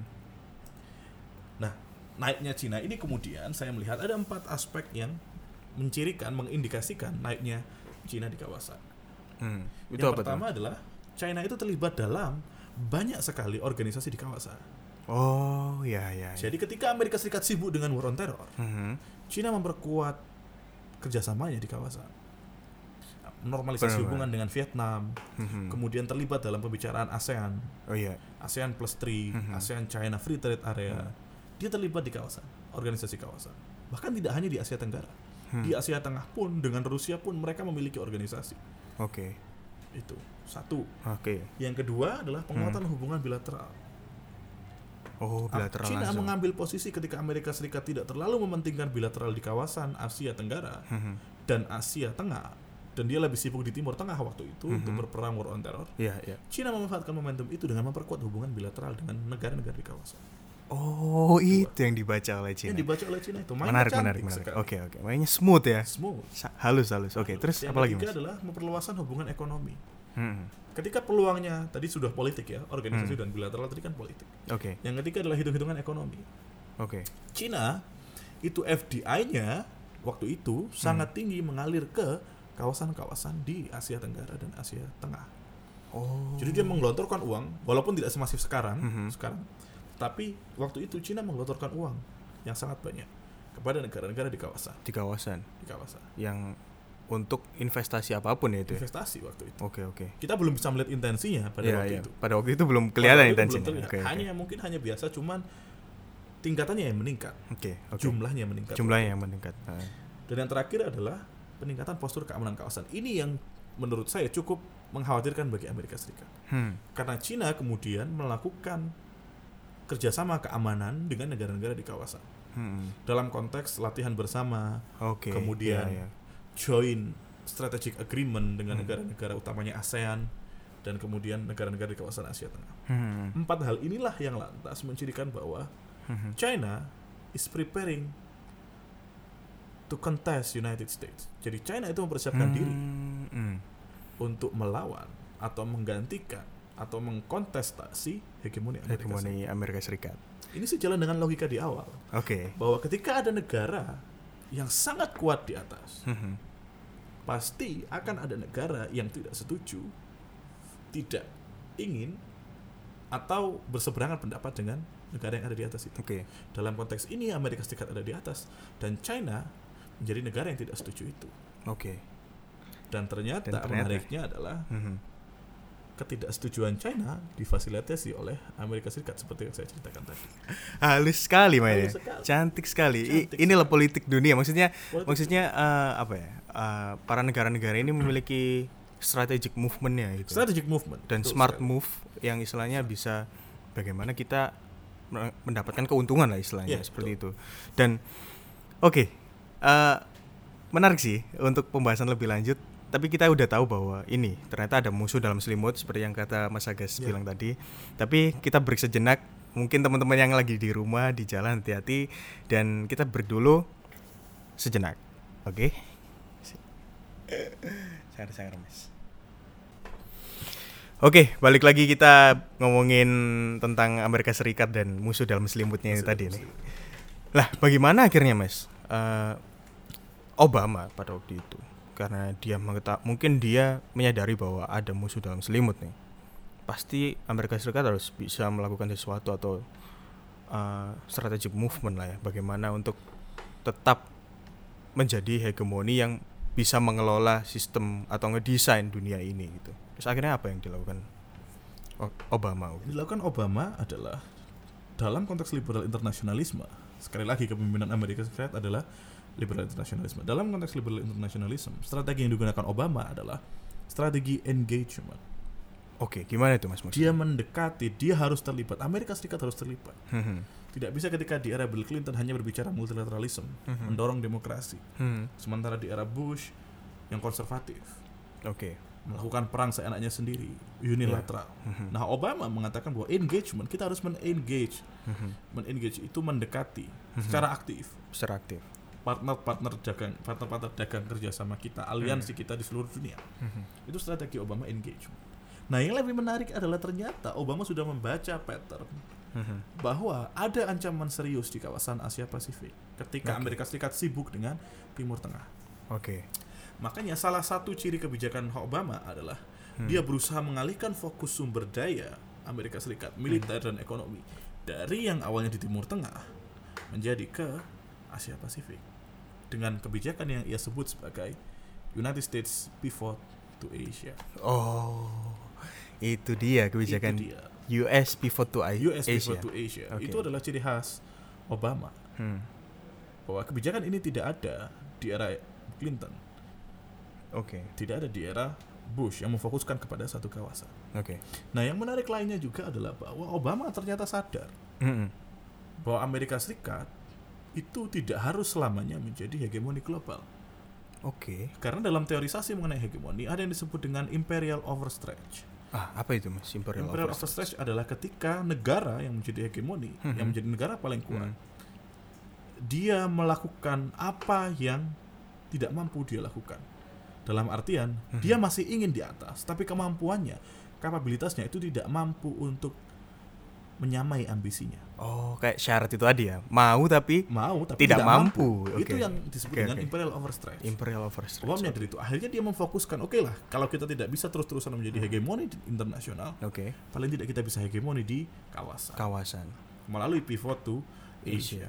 Nah, naiknya Cina ini kemudian saya melihat ada empat aspek yang mencirikan, mengindikasikan naiknya Cina di kawasan. Hmm. Itu Yang apa pertama adalah China itu terlibat dalam banyak sekali organisasi di kawasan. tuh? Oh ya ya. ya. Jadi ketika Amerika Serikat sibuk dengan war on terror, Hmm. Cina memperkuat kerjasamanya di kawasan. Normalisasi Benar, hubungan dengan Vietnam, Hmm. kemudian terlibat dalam pembicaraan ASEAN, Oh iya. ASEAN plus tiga, Mhm. ASEAN China Free Trade Area. Hmm. Dia terlibat di kawasan, organisasi kawasan. Bahkan tidak hanya di Asia Tenggara. Hmm. Di Asia Tengah pun, dengan Rusia pun mereka memiliki organisasi. Oke. Itu satu. Oke. Yang kedua adalah penguatan hubungan bilateral. Oh bilateral China langsung. mengambil posisi ketika Amerika Serikat tidak terlalu mementingkan bilateral di kawasan Asia Tenggara Hmm. dan Asia Tengah, dan dia lebih sibuk di Timur Tengah waktu itu Mhm. untuk berperang war on terror. Iya iya. China memanfaatkan momentum itu dengan memperkuat hubungan bilateral dengan negara-negara di kawasan. Oh itu yang dibaca oleh Cina. Yang dibaca oleh Cina itu mainnya Menarik cantik menarik menarik. sekali. Oke oke. Mainnya smooth ya. Smooth. Sa- halus halus. Oke. Terus yang apa lagi ketiga mas? adalah memperluasan hubungan ekonomi. Hmm. Ketika peluangnya tadi sudah politik ya, organisasi Hmm. dan bilateral tadi kan politik. Oke Yang ketiga adalah hitung-hitungan ekonomi. oke. Cina itu F D I-nya waktu itu sangat tinggi mengalir ke kawasan-kawasan di Asia Tenggara dan Asia Tengah. Oh. Jadi dia menggelontorkan uang walaupun tidak semasif sekarang, Mhm. sekarang. Tapi waktu itu Cina menggelontorkan uang yang sangat banyak kepada negara-negara di kawasan, di kawasan di kawasan. yang untuk investasi apapun ya itu. Ya? Investasi waktu itu. Oke oke. Kita belum bisa melihat intensinya pada Iya, waktu iya. itu. Pada waktu itu belum Pada kelihatan waktu itu belum intensinya. terlihat. Oke oke. Hanya mungkin hanya biasa, cuman tingkatannya yang meningkat, Oke oke. jumlahnya meningkat. Jumlahnya yang meningkat. Ah. Dan yang terakhir adalah peningkatan postur keamanan kawasan. Ini yang menurut saya cukup mengkhawatirkan bagi Amerika Serikat. Hmm. Karena Cina kemudian melakukan kerjasama keamanan dengan negara-negara di kawasan. Hmm. Dalam konteks latihan bersama, Oke. kemudian ya, ya. joint strategic agreement dengan Hmm. negara-negara utamanya ASEAN dan kemudian negara-negara di kawasan Asia Tengah. Hmm. Empat hal inilah yang lantas mencirikan bahwa Hmm. China is preparing to contest United States. Jadi China itu mempersiapkan Hmm. diri Hmm. untuk melawan atau menggantikan atau mengkontestasi hegemoni Amerika Serikat. Hegemoni Amerika Serikat. Ini sejalan dengan logika di awal Oke. bahwa ketika ada negara yang sangat kuat di atas, Hmm. pasti akan ada negara yang tidak setuju, tidak ingin atau berseberangan pendapat dengan negara yang ada di atas itu. Oke. Dalam konteks ini Amerika Serikat ada di atas dan China menjadi negara yang tidak setuju itu. Oke. Dan ternyata, Dan ternyata menariknya adalah Hmm. ketidaksetujuan China difasilitasi oleh Amerika Serikat seperti yang saya ceritakan tadi. Halus sekali mainnya. Halus sekali. Cantik sekali. I- Cantik inilah sekali. politik dunia. Maksudnya Politik- maksudnya eh, apa ya? Eh, para negara-negara ini memiliki strategic movement-nya gitu. Strategic movement Dan betul smart sekali. move yang istilahnya bisa bagaimana kita me- mendapatkan keuntungan lah istilahnya Iya, seperti itu. Dan oke. eh, menarik sih untuk pembahasan lebih lanjut. Tapi kita udah tahu bahwa ini ternyata ada musuh dalam selimut seperti yang kata Mas Agus Ya. bilang tadi. Tapi kita break sejenak. Mungkin teman-teman yang lagi di rumah di jalan hati-hati dan kita break dulu sejenak. Oke. Sangar-sangar Mas. Oke, balik lagi kita ngomongin tentang Amerika Serikat dan musuh dalam selimutnya ini Musuh tadi dalam nih. Lah, bagaimana akhirnya Mas? Eh, Obama pada waktu itu karena dia mengeta- mungkin dia menyadari bahwa ada musuh dalam selimut nih. Pasti Amerika Serikat harus bisa melakukan sesuatu atau uh, strategic movement lah ya. Bagaimana untuk tetap menjadi hegemoni yang bisa mengelola sistem atau ngedesain dunia ini gitu. Terus akhirnya apa yang dilakukan O- Obama? Yang dilakukan Obama adalah dalam konteks liberal internasionalisme. Sekali lagi kepemimpinan Amerika Serikat adalah liberal internasionalisme. Dalam konteks liberal internasionalisme, strategi yang digunakan Obama adalah strategi engagement. Oke, gimana itu Mas maksudnya? Dia mendekati, dia harus terlibat. Amerika Serikat harus terlibat. Hmm. Tidak bisa ketika di era Bill Clinton hanya berbicara multilateralism, Mhm. mendorong demokrasi. Hmm. Sementara di era Bush yang konservatif, Oke. melakukan perang seenaknya sendiri, unilateral. Mhm. Nah, Obama mengatakan bahwa engagement, kita harus men-engage. Mhm. Men-engage itu mendekati Mhm. secara aktif Secara aktif. partner-partner dagang, partner-partner dagang kerjasama kita, aliansi Hmm. kita di seluruh dunia. Mhm. Itu strategi Obama engagement. Nah, yang lebih menarik adalah ternyata Obama sudah membaca pattern Mhm. bahwa ada ancaman serius di kawasan Asia Pasifik ketika Oke. Amerika Serikat sibuk dengan Timur Tengah. Oke. Makanya salah satu ciri kebijakan Obama adalah Hmm. dia berusaha mengalihkan fokus sumber daya Amerika Serikat, militer dan ekonomi dari yang awalnya di Timur Tengah menjadi ke Asia Pasifik dengan kebijakan yang ia sebut sebagai United States Pivot to Asia. Oh, itu dia kebijakan Itu dia. U S pivot to I- U S Asia. Pivot to Asia. Oke. Itu adalah ciri khas Obama Hmm. bahwa kebijakan ini tidak ada di era Clinton, Oke. tidak ada di era Bush yang memfokuskan kepada satu kawasan. Oke. Nah, yang menarik lainnya juga adalah bahwa Obama ternyata sadar Mhm. bahwa Amerika Serikat itu tidak harus selamanya menjadi hegemoni global. Oke. Karena dalam teorisasi mengenai hegemoni ada yang disebut dengan imperial overstretch. Ah, apa itu Mas? Imperial, Imperial overstretch. overstretch adalah ketika negara yang menjadi hegemoni, Mhm. yang menjadi negara paling kuat, Hmm. dia melakukan apa yang tidak mampu dia lakukan. Dalam artian, Mhm. dia masih ingin di atas, tapi kemampuannya, kapabilitasnya itu tidak mampu untuk menyamai ambisinya. Oh, kayak syarat itu tadi ya. Mau tapi Mau tapi tidak tidak, mampu. mampu. Itu Oke. yang disebut Oke, dengan oke. imperial overstretch. imperial overstretch. Obama menyadari itu. Akhirnya dia memfokuskan, oke lah, kalau kita tidak bisa terus-terusan menjadi hegemoni di- internasional, Oke. paling tidak kita bisa hegemoni di kawasan Kawasan melalui pivot to Asia. Asia.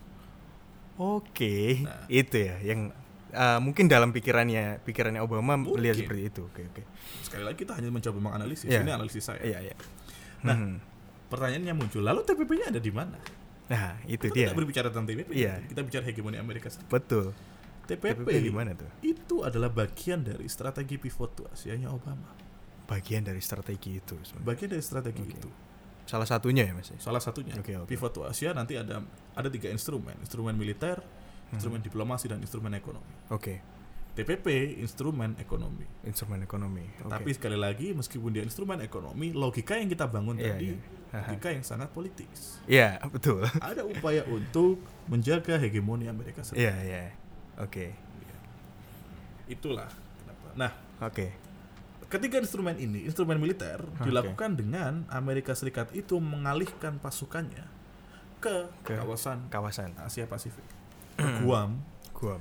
Oke, Nah. itu ya yang uh, mungkin dalam pikirannya pikirannya Obama Mungkin. melihat seperti itu. Oke, oke. Sekali lagi kita hanya mencoba menganalisis. Iya. Ini analisis saya. Iya, iya. Nah, Mhm. pertanyaannya muncul, lalu T P P-nya ada di mana? Nah, itu Kita dia. tidak berbicara tentang T P P, Iya. kita bicara hegemoni Amerika Serikat. Betul. T P P, T P P di mana tuh? itu adalah bagian dari strategi pivot to Asia-nya Obama. Bagian dari strategi itu sebenarnya. Bagian dari strategi Oke. itu. Salah satunya ya Mas. Salah satunya. Okay, okay. Pivot to Asia nanti ada ada tiga instrumen, instrumen militer, hmm. instrumen diplomasi dan instrumen ekonomi. Oke. Okay. T P P instrumen ekonomi. Instrumen ekonomi. Tapi okay. sekali lagi meskipun dia instrumen ekonomi, logika yang kita bangun yeah, tadi yeah. logika yang sangat politis. Iya, yeah, betul. Ada upaya untuk menjaga hegemoni Amerika Serikat. Iya, yeah, iya. Yeah. Oke. Okay. Itulah kenapa. Nah, oke. Okay. Ketiga instrumen ini, instrumen militer okay. dilakukan dengan Amerika Serikat itu mengalihkan pasukannya ke, ke kawasan kawasan Asia Pasifik. Ke Guam, Guam.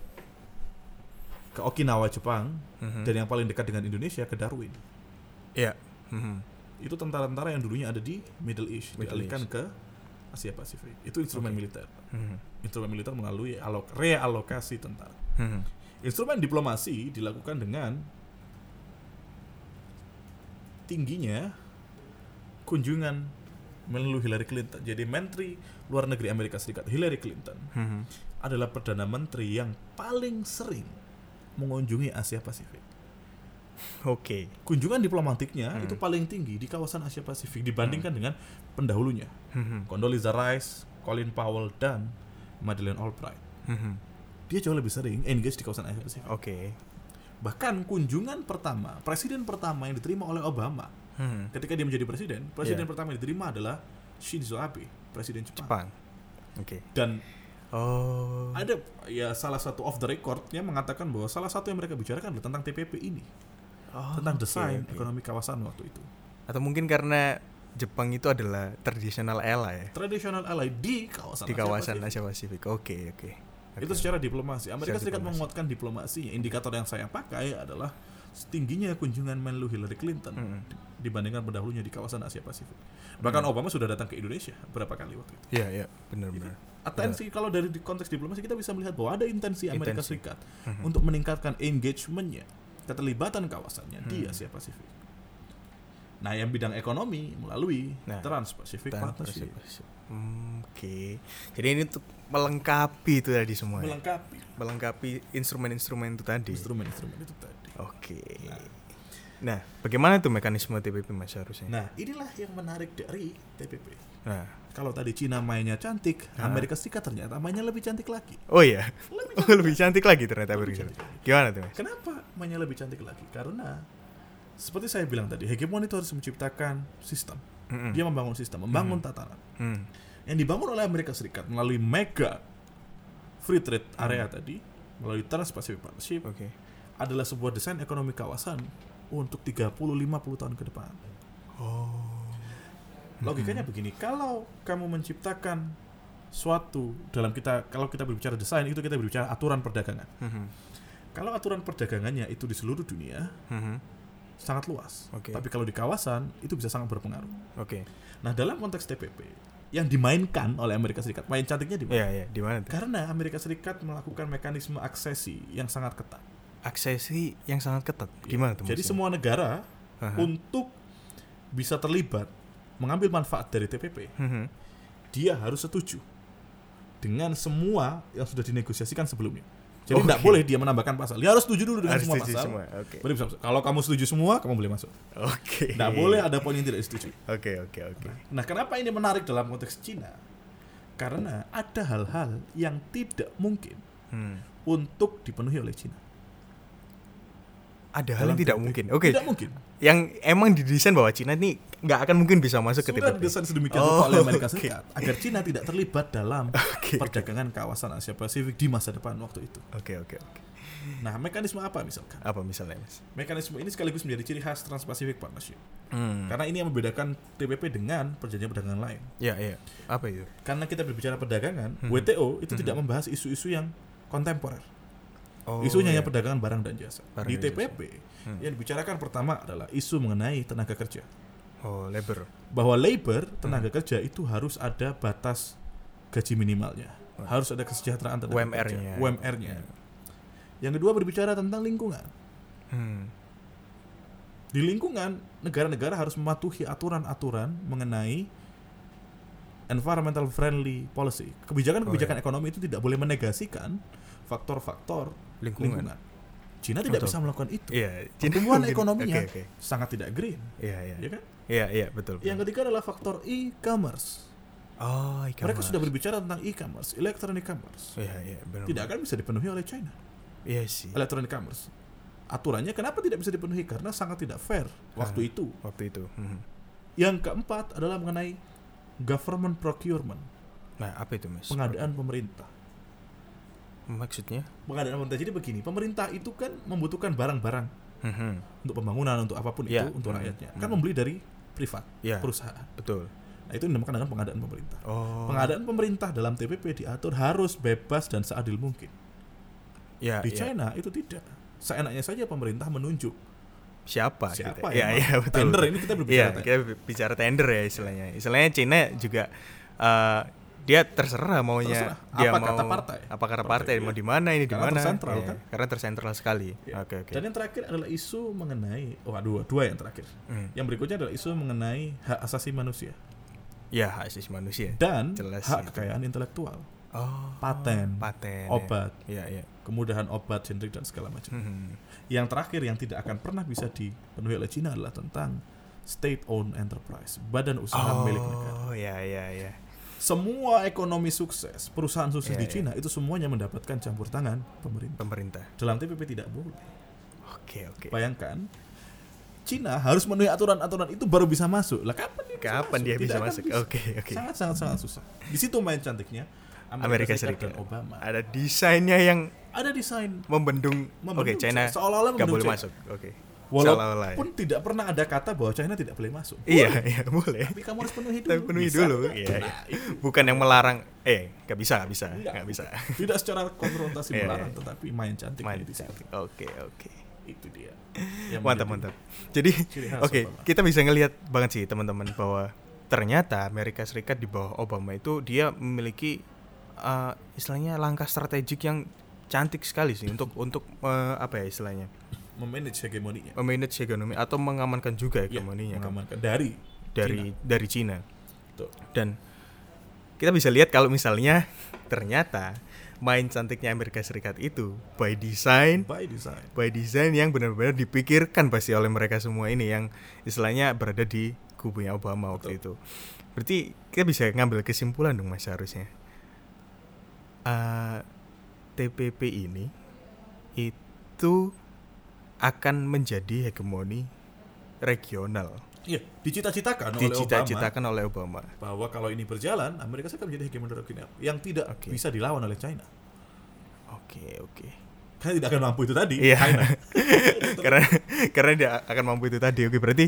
Ke Okinawa Jepang, mm-hmm. dan yang paling dekat dengan Indonesia ke Darwin. Iya. Yeah. Mm-hmm. Itu tentara-tentara yang dulunya ada di Middle East, Middle dialihkan East. ke Asia Pasifik. Itu instrumen okay. militer. Mm-hmm. Instrumen militer melalui alok- realokasi tentara. Mm-hmm. Instrumen diplomasi dilakukan dengan tingginya kunjungan melalui Hillary Clinton. Jadi Menteri Luar Negeri Amerika Serikat Hillary Clinton mm-hmm. adalah Perdana Menteri yang paling sering mengunjungi Asia Pasifik. Oke. Okay. Kunjungan diplomatiknya hmm. itu paling tinggi di kawasan Asia Pasifik dibandingkan hmm. dengan pendahulunya, hmm. Condoleezza Rice, Colin Powell dan Madeleine Albright. Hmm. Dia jauh lebih sering engage di kawasan Asia Pasifik. Oke. Okay. Bahkan kunjungan pertama, presiden pertama yang diterima oleh Obama, hmm. ketika dia menjadi presiden, presiden yeah. pertama yang diterima adalah Shinzo Abe, presiden Jepang. Jepang. Oke. Okay. Dan Oh. ada ya salah satu off the recordnya mengatakan bahwa salah satu yang mereka bicarakan adalah tentang T P P ini, oh, tentang okay, desain okay. ekonomi kawasan waktu itu. Atau mungkin karena Jepang itu adalah traditional ally, traditional ally di kawasan di kawasan Asia Pasifik. Oke oke. Itu secara diplomasi. Amerika secara Serikat diplomasi. menguatkan diplomasinya. Indikator yang saya pakai adalah tingginya kunjungan Menlu Hillary Clinton mm-hmm. dibandingkan pendahulunya di kawasan Asia Pasifik. Bahkan mm. Obama sudah datang ke Indonesia berapa kali waktu itu. Iya iya benar-benar. Atensi kalau dari konteks diplomasi kita bisa melihat bahwa ada intensi Amerika intensi. Serikat mm-hmm. untuk meningkatkan engagementnya, keterlibatan kawasannya mm. di Asia Pasifik. Nah, yang bidang ekonomi melalui nah, Trans-Pacific Partnership. Hmm, Oke, okay. Jadi ini untuk melengkapi itu tadi semua. Melengkapi. Ya? Melengkapi instrumen-instrumen itu tadi. Instrumen-instrumen itu tadi. Oke. Okay. Nah. nah, bagaimana tuh mekanisme T P P Mas harusnya? Nah, inilah yang menarik dari T P P. Nah, kalau tadi Cina mainnya cantik, nah. Amerika Serikat ternyata mainnya lebih cantik lagi. Oh iya. Lebih cantik, oh, lebih cantik lagi ternyata Amerika Serikat. Gimana tuh, Mas? Kenapa mainnya lebih cantik lagi? Karena seperti saya bilang tadi, hegemoni itu harus menciptakan sistem. Mm-hmm. Dia membangun sistem, membangun mm-hmm. tatanan. Mm. Yang dibangun oleh Amerika Serikat melalui mega free trade area mm. tadi, melalui Trans-Pacific Partnership, okay. adalah sebuah desain ekonomi kawasan untuk tiga puluh sampai lima puluh tahun ke depan. Oh. Logikanya mm-hmm. begini, kalau kamu menciptakan suatu dalam kita, kalau kita berbicara desain itu kita berbicara aturan perdagangan. Mm-hmm. Kalau aturan perdagangannya itu di seluruh dunia, mm-hmm. sangat luas. Okay. Tapi kalau di kawasan itu bisa sangat berpengaruh. Oke. Okay. Nah, dalam konteks T P P yang dimainkan oleh Amerika Serikat, main cantiknya di mana? Iya, iya, di mana? Karena Amerika Serikat melakukan mekanisme aksesi yang sangat ketat. Aksesi yang sangat ketat. Gimana tuh? Jadi semua negara uh-huh. untuk bisa terlibat mengambil manfaat dari T P P, uh-huh. dia harus setuju dengan semua yang sudah dinegosiasikan sebelumnya. Jadi tidak okay. boleh dia menambahkan pasal. Dia harus setuju dulu dengan harus semua pasal. Semua. Okay. Baru bisa masuk. Kalau kamu setuju semua, kamu boleh masuk. Oke. Okay. Tidak boleh ada poin yang tidak disetujui. Oke, okay, oke, okay, oke. Okay. Nah, kenapa ini menarik dalam konteks Cina? Karena ada hal-hal yang tidak mungkin hmm. untuk dipenuhi oleh Cina. Ada hal yang tidak mungkin. Oke. Okay. Tidak mungkin. Yang emang didesain bahwa Cina ini nggak akan mungkin bisa masuk Sudah ke T P P. Sudah didesain sedemikian rupa oh, oleh Amerika Serikat okay. agar Cina tidak terlibat dalam okay. perdagangan kawasan Asia Pasifik di masa depan waktu itu. Oke, okay, oke, okay, oke. Okay. Nah, mekanisme apa misalkan? Apa misalnya, Mas? Mekanisme ini sekaligus menjadi ciri khas Trans-Pacific Partnership. Hmm. Karena ini yang membedakan T P P dengan perjanjian perdagangan lain. Iya, iya. Apa itu? Karena kita berbicara perdagangan, hmm. W T O itu hmm. tidak membahas isu-isu yang kontemporer. Oh, isunya hanya iya. perdagangan barang dan jasa. Barang di T P P hmm. yang dibicarakan pertama adalah isu mengenai tenaga kerja. Oh, labor. Bahwa labor, tenaga hmm. kerja itu harus ada batas gaji minimalnya. Oh. Harus ada kesejahteraan tenaga U M R-nya. kerja. U M R-nya. Hmm. Yang kedua berbicara tentang lingkungan. Hmm. Di lingkungan, negara-negara harus mematuhi aturan-aturan mengenai environmental friendly policy. Kebijakan-kebijakan oh, iya. ekonomi itu tidak boleh menegasikan faktor-faktor lingkungan. lingkungan. Cina tidak betul. bisa melakukan itu. Iya, Pertumbuhan mungkin- ekonominya oke, oke. sangat tidak green, Iya, iya. ya kan? Iya, iya, betul. Yang ketiga adalah faktor e-commerce. Oh, e-commerce. Mereka sudah berbicara tentang e-commerce, electronic commerce. Iya, iya, benar. Tidak akan bisa dipenuhi oleh China. Iya sih. Electronic commerce. Aturannya kenapa tidak bisa dipenuhi? Karena sangat tidak fair waktu Ah. itu. Waktu itu. Mhm. Yang keempat adalah mengenai government procurement, Nah, apa itu, Mas? pengadaan pemerintah. Maksudnya? Pengadaan pemerintah. Jadi begini, pemerintah itu kan membutuhkan barang-barang Mhm. untuk pembangunan, untuk apapun Ya. itu, untuk Hmm. rakyatnya. Hmm. Kan membeli dari privat, Iya, perusahaan. betul. Nah, itu dinamakan dengan pengadaan pemerintah. Oh. Pengadaan pemerintah dalam T P P diatur harus bebas dan seadil mungkin. Ya, Di ya. China itu tidak. Seenaknya saja pemerintah menunjuk Siapa? siapa gitu. yang Ya, iya, mau. betul. Tender ini kita berbicara Iya, tender. kita bicara tender ya istilahnya. Istilahnya Cina juga eh, dia terserah maunya Terserah. dia Apa mau kata partai. apa kata Partai, partai, mau iya. di mana ini di Karena mana. tersentral, Iya, kan? Karena tersentral sekali. Ya. Oke, oke. Dan yang terakhir adalah isu mengenai, oh dua, dua yang terakhir. Hmm. Yang berikutnya adalah isu mengenai hak asasi manusia Ya, hak asasi manusia. dan Jelas hak itu. kekayaan intelektual, Oh, paten, paten. obat, Ya, ya. kemudahan obat generik dan segala macam. Hmm. Yang terakhir yang tidak akan pernah bisa dipenuhi oleh Cina adalah tentang state-owned enterprise, badan usaha Oh, milik negara. ya, ya, ya. Semua ekonomi sukses, perusahaan sukses Ya, di ya. Cina itu semuanya mendapatkan campur tangan pemerintah. Pemerintah. Dalam T P P tidak boleh. Oke, oke. Bayangkan, Cina harus memenuhi aturan-aturan itu baru bisa masuk. Lah kapan dia bisa Kapan masuk? dia Tidak bisa akan masuk? bisa. Oke, oke. Sangat sangat sangat susah. Di situ main cantiknya Amerika Serikat. dan Obama. Ada desainnya yang Ada desain membendung. membendung Oke, China seolah-olah nggak membendung boleh China. masuk. Oke. Walaupun Seolah-olah. tidak pernah ada kata bahwa China tidak boleh masuk. Iya, iya, boleh. Tapi kamu harus penuhi dulu. Tapi penuhi Bisa dulu. nggak? Iya, Nah, iya. itu. Bukan yang melarang. Eh, nggak bisa, nggak bisa, Enggak. nggak bisa. Tidak secara konfrontasi Iya, melarang, iya. tetapi main cantik di situ. Mantap. Oke, oke. Itu dia. Yang Mantap, menjadi mantap. Jadi, ciri khas oke, Obama. kita bisa ngelihat banget sih teman-teman bahwa ternyata Amerika Serikat di bawah Obama itu dia memiliki eh, istilahnya langkah strategik yang cantik sekali sih untuk untuk eh, apa ya istilahnya Memanage hegemoninya. memanage hegemoni atau mengamankan juga Ya, hegemoninya kan, mengamankan dari dari dari Cina. Betul. Dan kita bisa lihat kalau misalnya ternyata main cantiknya Amerika Serikat itu by design by design. by design yang benar-benar dipikirkan pasti oleh mereka semua ini yang istilahnya berada di kubunya Obama waktu itu. Berarti kita bisa ngambil kesimpulan dong Mas harusnya. Uh, T P P ini itu akan menjadi hegemoni regional. Iya, dicita-citakan oleh Obama Dicita-citakan oleh Obama. bahwa kalau ini berjalan, Amerika Serikat menjadi hegemoni regional yang tidak Oke. bisa dilawan oleh China. Oke, oke. Karena tidak akan mampu itu tadi. Iya. China. karena karena dia akan mampu itu tadi. Oke, berarti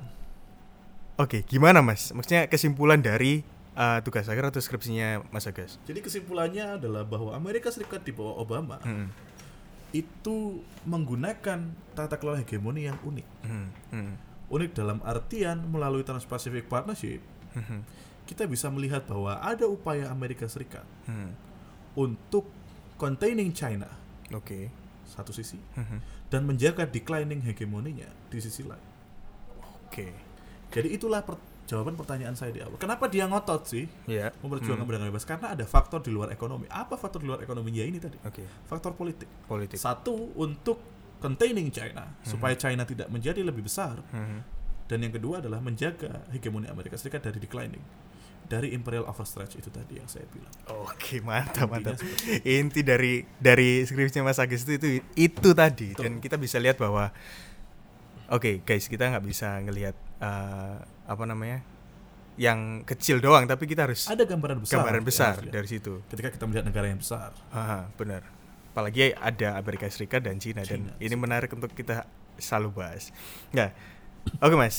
oke, gimana Mas? Maksudnya kesimpulan dari uh, tugas akhir atau skripsinya Mas Agus? Jadi kesimpulannya adalah bahwa Amerika Serikat di bawah Obama Hmm. itu menggunakan tata kelola hegemoni yang unik. Hmm. Hmm. Unik dalam artian melalui Trans-Pacific Partnership, Hmm. kita bisa melihat bahwa ada upaya Amerika Serikat Hmm. untuk containing China Oke. satu sisi Hmm. dan menjaga declining hegemoninya di sisi lain. Oke. Jadi itulah per- jawaban pertanyaan saya di awal. Kenapa dia ngotot sih Ya. memperjuangkan Hmm. perdagangan bebas? Karena ada faktor di luar ekonomi. Apa faktor di luar ekonominya ini tadi? Oke. Faktor politik. Politik. Satu, untuk containing China supaya China tidak menjadi lebih besar. Hmm. Dan yang kedua adalah menjaga hegemoni Amerika Serikat dari declining, dari imperial overstretch itu tadi yang saya bilang. Oke, mantap, Intinya mantap. seperti Inti dari dari skripsinya Mas Agus itu itu, itu tadi. Betul. Dan kita bisa lihat bahwa oke, guys, kita nggak bisa ngelihat uh, apa namanya? Yang kecil doang, tapi kita harus ada gambaran besar. gambaran yang besar harus dilihat. dari situ. Ketika kita melihat negara yang besar. Ah, benar. Apalagi ada Amerika Serikat dan Cina, China, dan ini menarik untuk kita selalu bahas. Nah, oke Mas.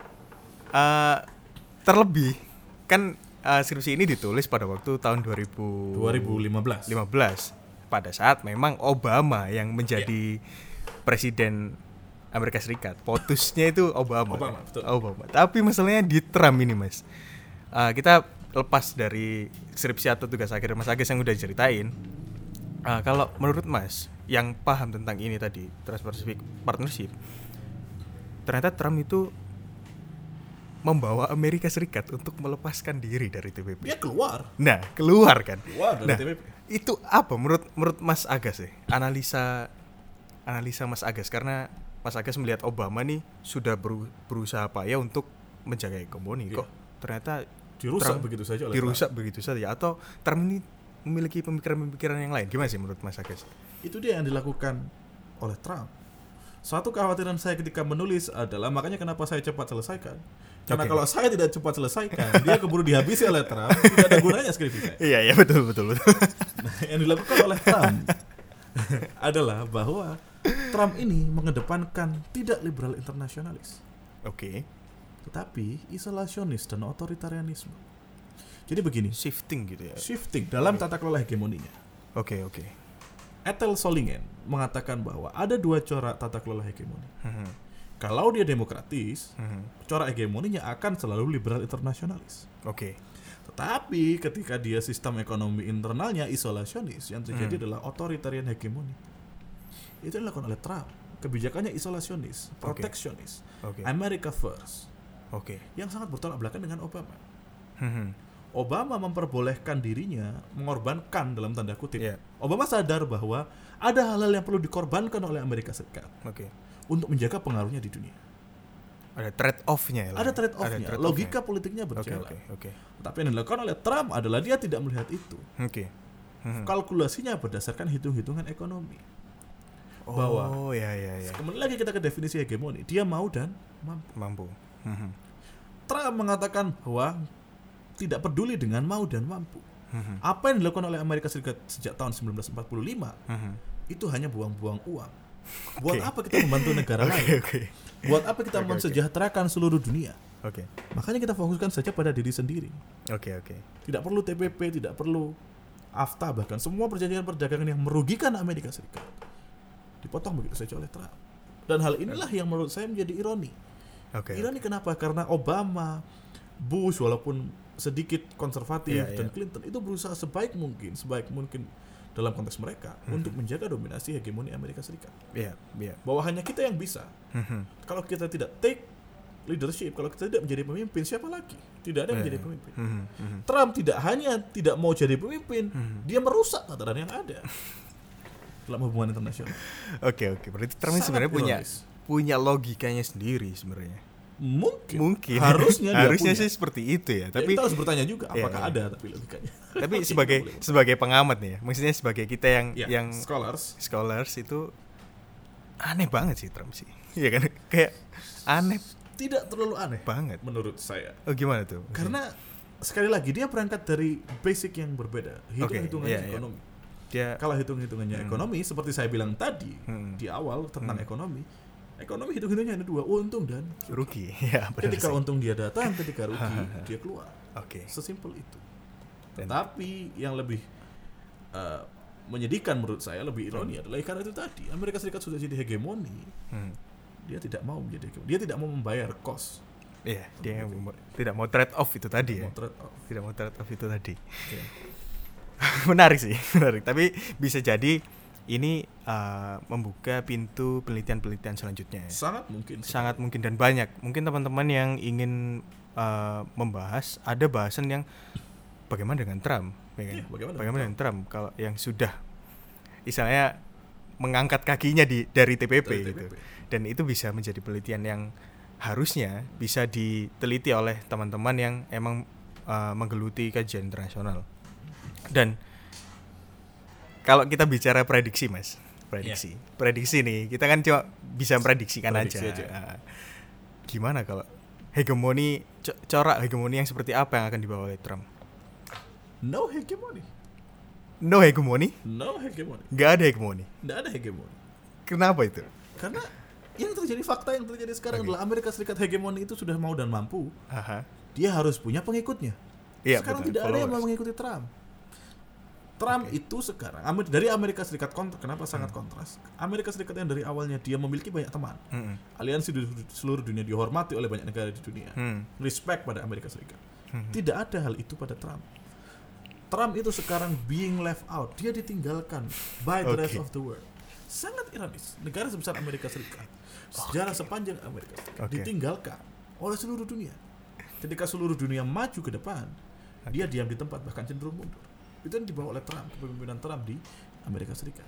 Uh, terlebih kan uh, skripsi ini ditulis pada waktu tahun dua ribu dua ribu lima belas. lima belas pada saat memang Obama yang menjadi presiden Amerika Serikat. Potusnya itu Obama. Obama, betul. Obama. Tapi masalahnya di Trump ini, Mas. Uh, kita lepas dari skripsi atau tugas akhir Mas Agus yang udah ceritain. Uh, kalau menurut Mas yang paham tentang ini tadi, Trans-Pacific Partnership, ternyata Trump itu membawa Amerika Serikat untuk melepaskan diri dari T P P. Dia keluar. Nah, keluar kan. Keluar dari Nah, T P P. itu apa menurut menurut Mas Agus sih? Analisa analisa Mas Agus, karena Mas Agus melihat Obama nih sudah beru- berusaha payah untuk menjaga hegemoni, Iya. kok ternyata Dirusak Trump begitu saja oleh dirusak begitu saja, atau Trump ini memiliki pemikiran-pemikiran yang lain. Gimana sih menurut Mas Agus? Trump. Itu dia yang dilakukan oleh Trump. Suatu kekhawatiran saya ketika menulis adalah makanya kenapa saya cepat selesaikan. Karena Oke. kalau saya tidak cepat selesaikan, dia keburu dihabisi oleh Trump, tidak ada gunanya skripsi saya. Iya, iya betul betul betul. Nah, yang dilakukan oleh Trump adalah bahwa Trump ini mengedepankan tidak liberal internasionalis, Oke. tetapi isolasionis dan otoritarianisme. Jadi begini, Shifting gitu ya. shifting dalam tata kelola hegemoninya. Oke, oke. Ethel Solingen mengatakan bahwa ada dua corak tata kelola hegemoni. Mhm, Kalau dia demokratis, mhm. corak hegemoninya akan selalu liberal internasionalis. Oke. Tetapi ketika dia sistem ekonomi internalnya isolasionis, yang terjadi Hmm. adalah otoritarian hegemoni. Itu dilakukan oleh Trump. Kebijakannya isolasionis, proteksionis, Oke. America first, Oke. yang sangat bertolak belakang dengan Obama. Mhm. Obama memperbolehkan dirinya mengorbankan dalam tanda kutip. Iya. Obama sadar bahwa ada hal-hal yang perlu dikorbankan oleh Amerika Serikat Oke. untuk menjaga pengaruhnya di dunia. Ada trade off-nya ya. lah. Ada trade off-nya, trade logika off-nya. politiknya Oke, berjalan. oke, oke. Tapi yang dilakukan oleh Trump adalah dia tidak melihat itu. Oke. Mhm. Kalkulasinya berdasarkan hitung-hitungan ekonomi. Oh, bahwa- ya ya ya. Kembali lagi kita ke definisi hegemoni. Dia mau dan mampu. Mampu. Mhm. Trump mengatakan bahwa tidak peduli dengan mau dan mampu. Mhm. Apa yang dilakukan oleh Amerika Serikat sejak tahun sembilan belas empat puluh lima Mhm. itu hanya buang-buang uang. Buat Oke. apa kita membantu negara Oke, lain? oke. Buat apa kita Oke, oke. mensejahterakan seluruh dunia? Oke. Makanya kita fokuskan saja pada diri sendiri. Oke, oke. Tidak perlu T P P, tidak perlu A F T A, bahkan semua perjanjian perdagangan yang merugikan Amerika Serikat dipotong begitu saja oleh Trump. Dan hal inilah yang menurut saya menjadi ironi. Oke. Ironi kenapa? Karena Obama, Bush walaupun sedikit konservatif Iya, dan iya. Clinton itu berusaha sebaik mungkin, sebaik mungkin dalam konteks mereka untuk menjaga dominasi hegemoni Amerika Serikat. Iya, iya. Bahwa hanya kita yang bisa. Mhm. Kalau kita tidak take leadership, kalau kita tidak menjadi pemimpin, siapa lagi? Tidak ada yang Iya, menjadi iya. pemimpin. Mhm, mhm. Trump tidak hanya tidak mau jadi pemimpin, Mhm. dia merusak tataran yang ada dalam hubungan internasional. Oke, oke. Berarti Trump ini Sangat sebenarnya punya ironis. punya logikanya sendiri sebenarnya. Mungkin, Mungkin. harusnya dia harusnya punya. sih seperti itu ya. Tapi Tapi kita harus bertanya juga Iya, apakah iya. ada tapi logikanya. tapi Kita sebagai boleh. sebagai pengamat nih ya. Maksudnya sebagai kita yang Ya, yang scholars scholars itu aneh banget sih Trump sih. Iya kan? Kayak aneh tidak terlalu aneh banget. menurut saya. Oh, gimana tuh? Karena sekali lagi dia berangkat dari basic yang berbeda, hitung-hitungannya iya, iya. ekonomi. dia Kalau hitung-hitungannya Hmm. ekonomi seperti saya bilang tadi Hmm. di awal tentang Hmm. ekonomi, ekonomi hitung-hitungannya ada dua, untung dan rugi. Ya, benar ketika sih. untung dia datang, ketika rugi dia keluar. Oke. Sesimpel itu. Dan- Tetapi yang lebih uh, menyedihkan menurut saya, lebih ironi adalah karena itu tadi Amerika Serikat sudah jadi hegemoni, Hmm. dia tidak mau menjadi hegemoni. Dia tidak mau membayar cost. Iya, dia mem- tidak mau trade off itu tadi ya. Mau trade off. Tidak mau trade off itu tadi. Oke. Menarik sih, menarik. Tapi bisa jadi ini uh, membuka pintu penelitian-penelitian selanjutnya. Ya. Sangat mungkin. Sangat mungkin dan banyak. Mungkin teman-teman yang ingin uh, membahas, ada bahasan yang bagaimana dengan Trump, ya kan? Iya, bagaimana dengan bagaimana dengan Trump kalau yang sudah, misalnya mengangkat kakinya di dari T P P Dari gitu. T P P. Dan itu bisa menjadi penelitian yang harusnya bisa diteliti oleh teman-teman yang emang uh, menggeluti kajian internasional. Dan kalau kita bicara prediksi, Mas, prediksi, prediksi nih, kita kan cuma bisa prediksikan Prediksi aja. aja. Uh, gimana kalau hegemoni, co- corak hegemoni yang seperti apa yang akan dibawa oleh Trump? No hegemoni. No hegemoni, No hegemoni. nggak ada hegemoni. Tidak ada hegemoni. Kenapa itu? Karena yang terjadi, fakta yang terjadi sekarang Oke. adalah Amerika Serikat hegemoni itu sudah mau dan mampu. Aha. Dia harus punya pengikutnya. Iya, Sekarang benar, tidak ada yang mau followers. mengikuti Trump. Trump Oke. itu sekarang Amer- dari Amerika Serikat kontras. Kenapa sangat Hmm. kontras? Amerika Serikat yang dari awalnya dia memiliki banyak teman. Mm-mm. Aliansi di seluruh dunia, dihormati oleh banyak negara di dunia. Hmm. Respect pada Amerika Serikat. Hmm. Tidak ada hal itu pada Trump. Trump itu sekarang being left out. Dia ditinggalkan by the rest Oke. of the world. Sangat ironis. Negara sebesar Amerika Serikat, sejarah sepanjang Amerika Serikat, Oke. ditinggalkan oleh seluruh dunia. Ketika seluruh dunia maju ke depan, dia diam di tempat, bahkan cenderung mundur. Itu yang dibawa oleh Trump, kepemimpinan Trump di Amerika Serikat.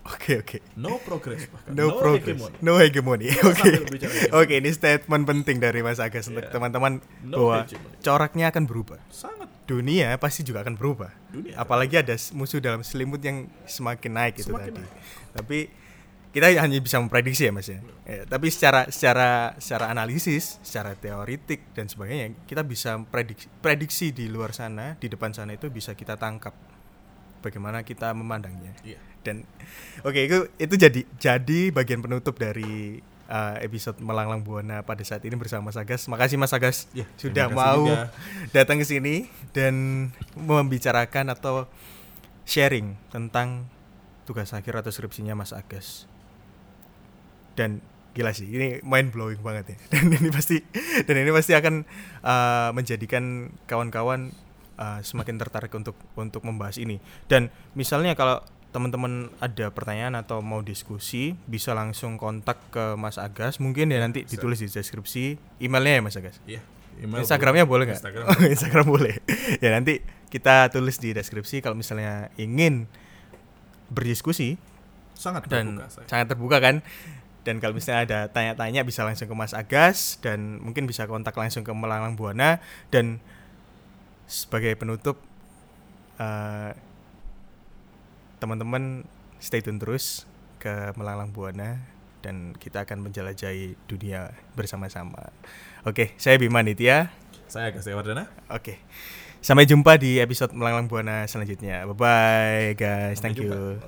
Oke oke. No progress bahkan. No, progress. hegemony. No hegemony. Kita Oke. sambil bicara hegemony. Oke, ini statement penting dari Mas Agus untuk Yeah. teman-teman No bahwa hegemony. coraknya akan berubah. Sangat Dunia pasti juga akan berubah. dunia. Apalagi ada musuh dalam selimut yang semakin naik itu Semakin tadi. naik. Tapi kita hanya bisa memprediksi ya Mas ya. Ya, tapi secara secara secara analisis, secara teoritik dan sebagainya, kita bisa prediksi prediksi di luar sana, di depan sana itu bisa kita tangkap bagaimana kita memandangnya. Iya. Dan oke, itu itu jadi jadi bagian penutup dari uh, episode Melanglang Buana pada saat ini bersama Mas Agus. Makasih Mas Agus Ya, sudah terima kasih mau juga. datang ke sini dan membicarakan atau sharing tentang tugas akhir atau skripsinya Mas Agus. Dan gila sih, ini mind blowing banget ya. Dan ini pasti dan ini pasti akan uh, menjadikan kawan-kawan uh, semakin tertarik untuk untuk membahas ini. Dan misalnya kalau teman-teman ada pertanyaan atau mau diskusi, bisa langsung kontak ke Mas Agus. Mungkin ya nanti Bisa. ditulis di deskripsi emailnya ya Mas Agus. Iya. Email Instagramnya boleh nggak? Instagram. Oh, Instagram boleh. Ya nanti kita tulis di deskripsi kalau misalnya ingin berdiskusi Sangat dan terbuka saya. sangat terbuka kan. Dan kalau misalnya ada tanya-tanya bisa langsung ke Mas Agus dan mungkin bisa kontak langsung ke Melanglang Buana. Dan sebagai penutup, uh, teman-teman stay tune terus ke Melanglang Buana dan kita akan menjelajahi dunia bersama-sama. Oke, saya Bima Nitya. Saya Agus Wardana. Oke, sampai jumpa di episode Melanglang Buana selanjutnya. Bye bye guys, Sampai thank jumpa, you.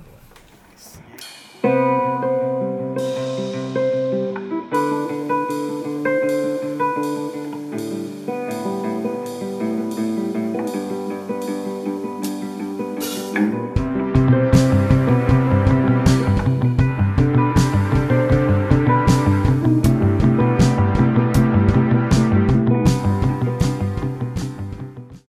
teman-teman.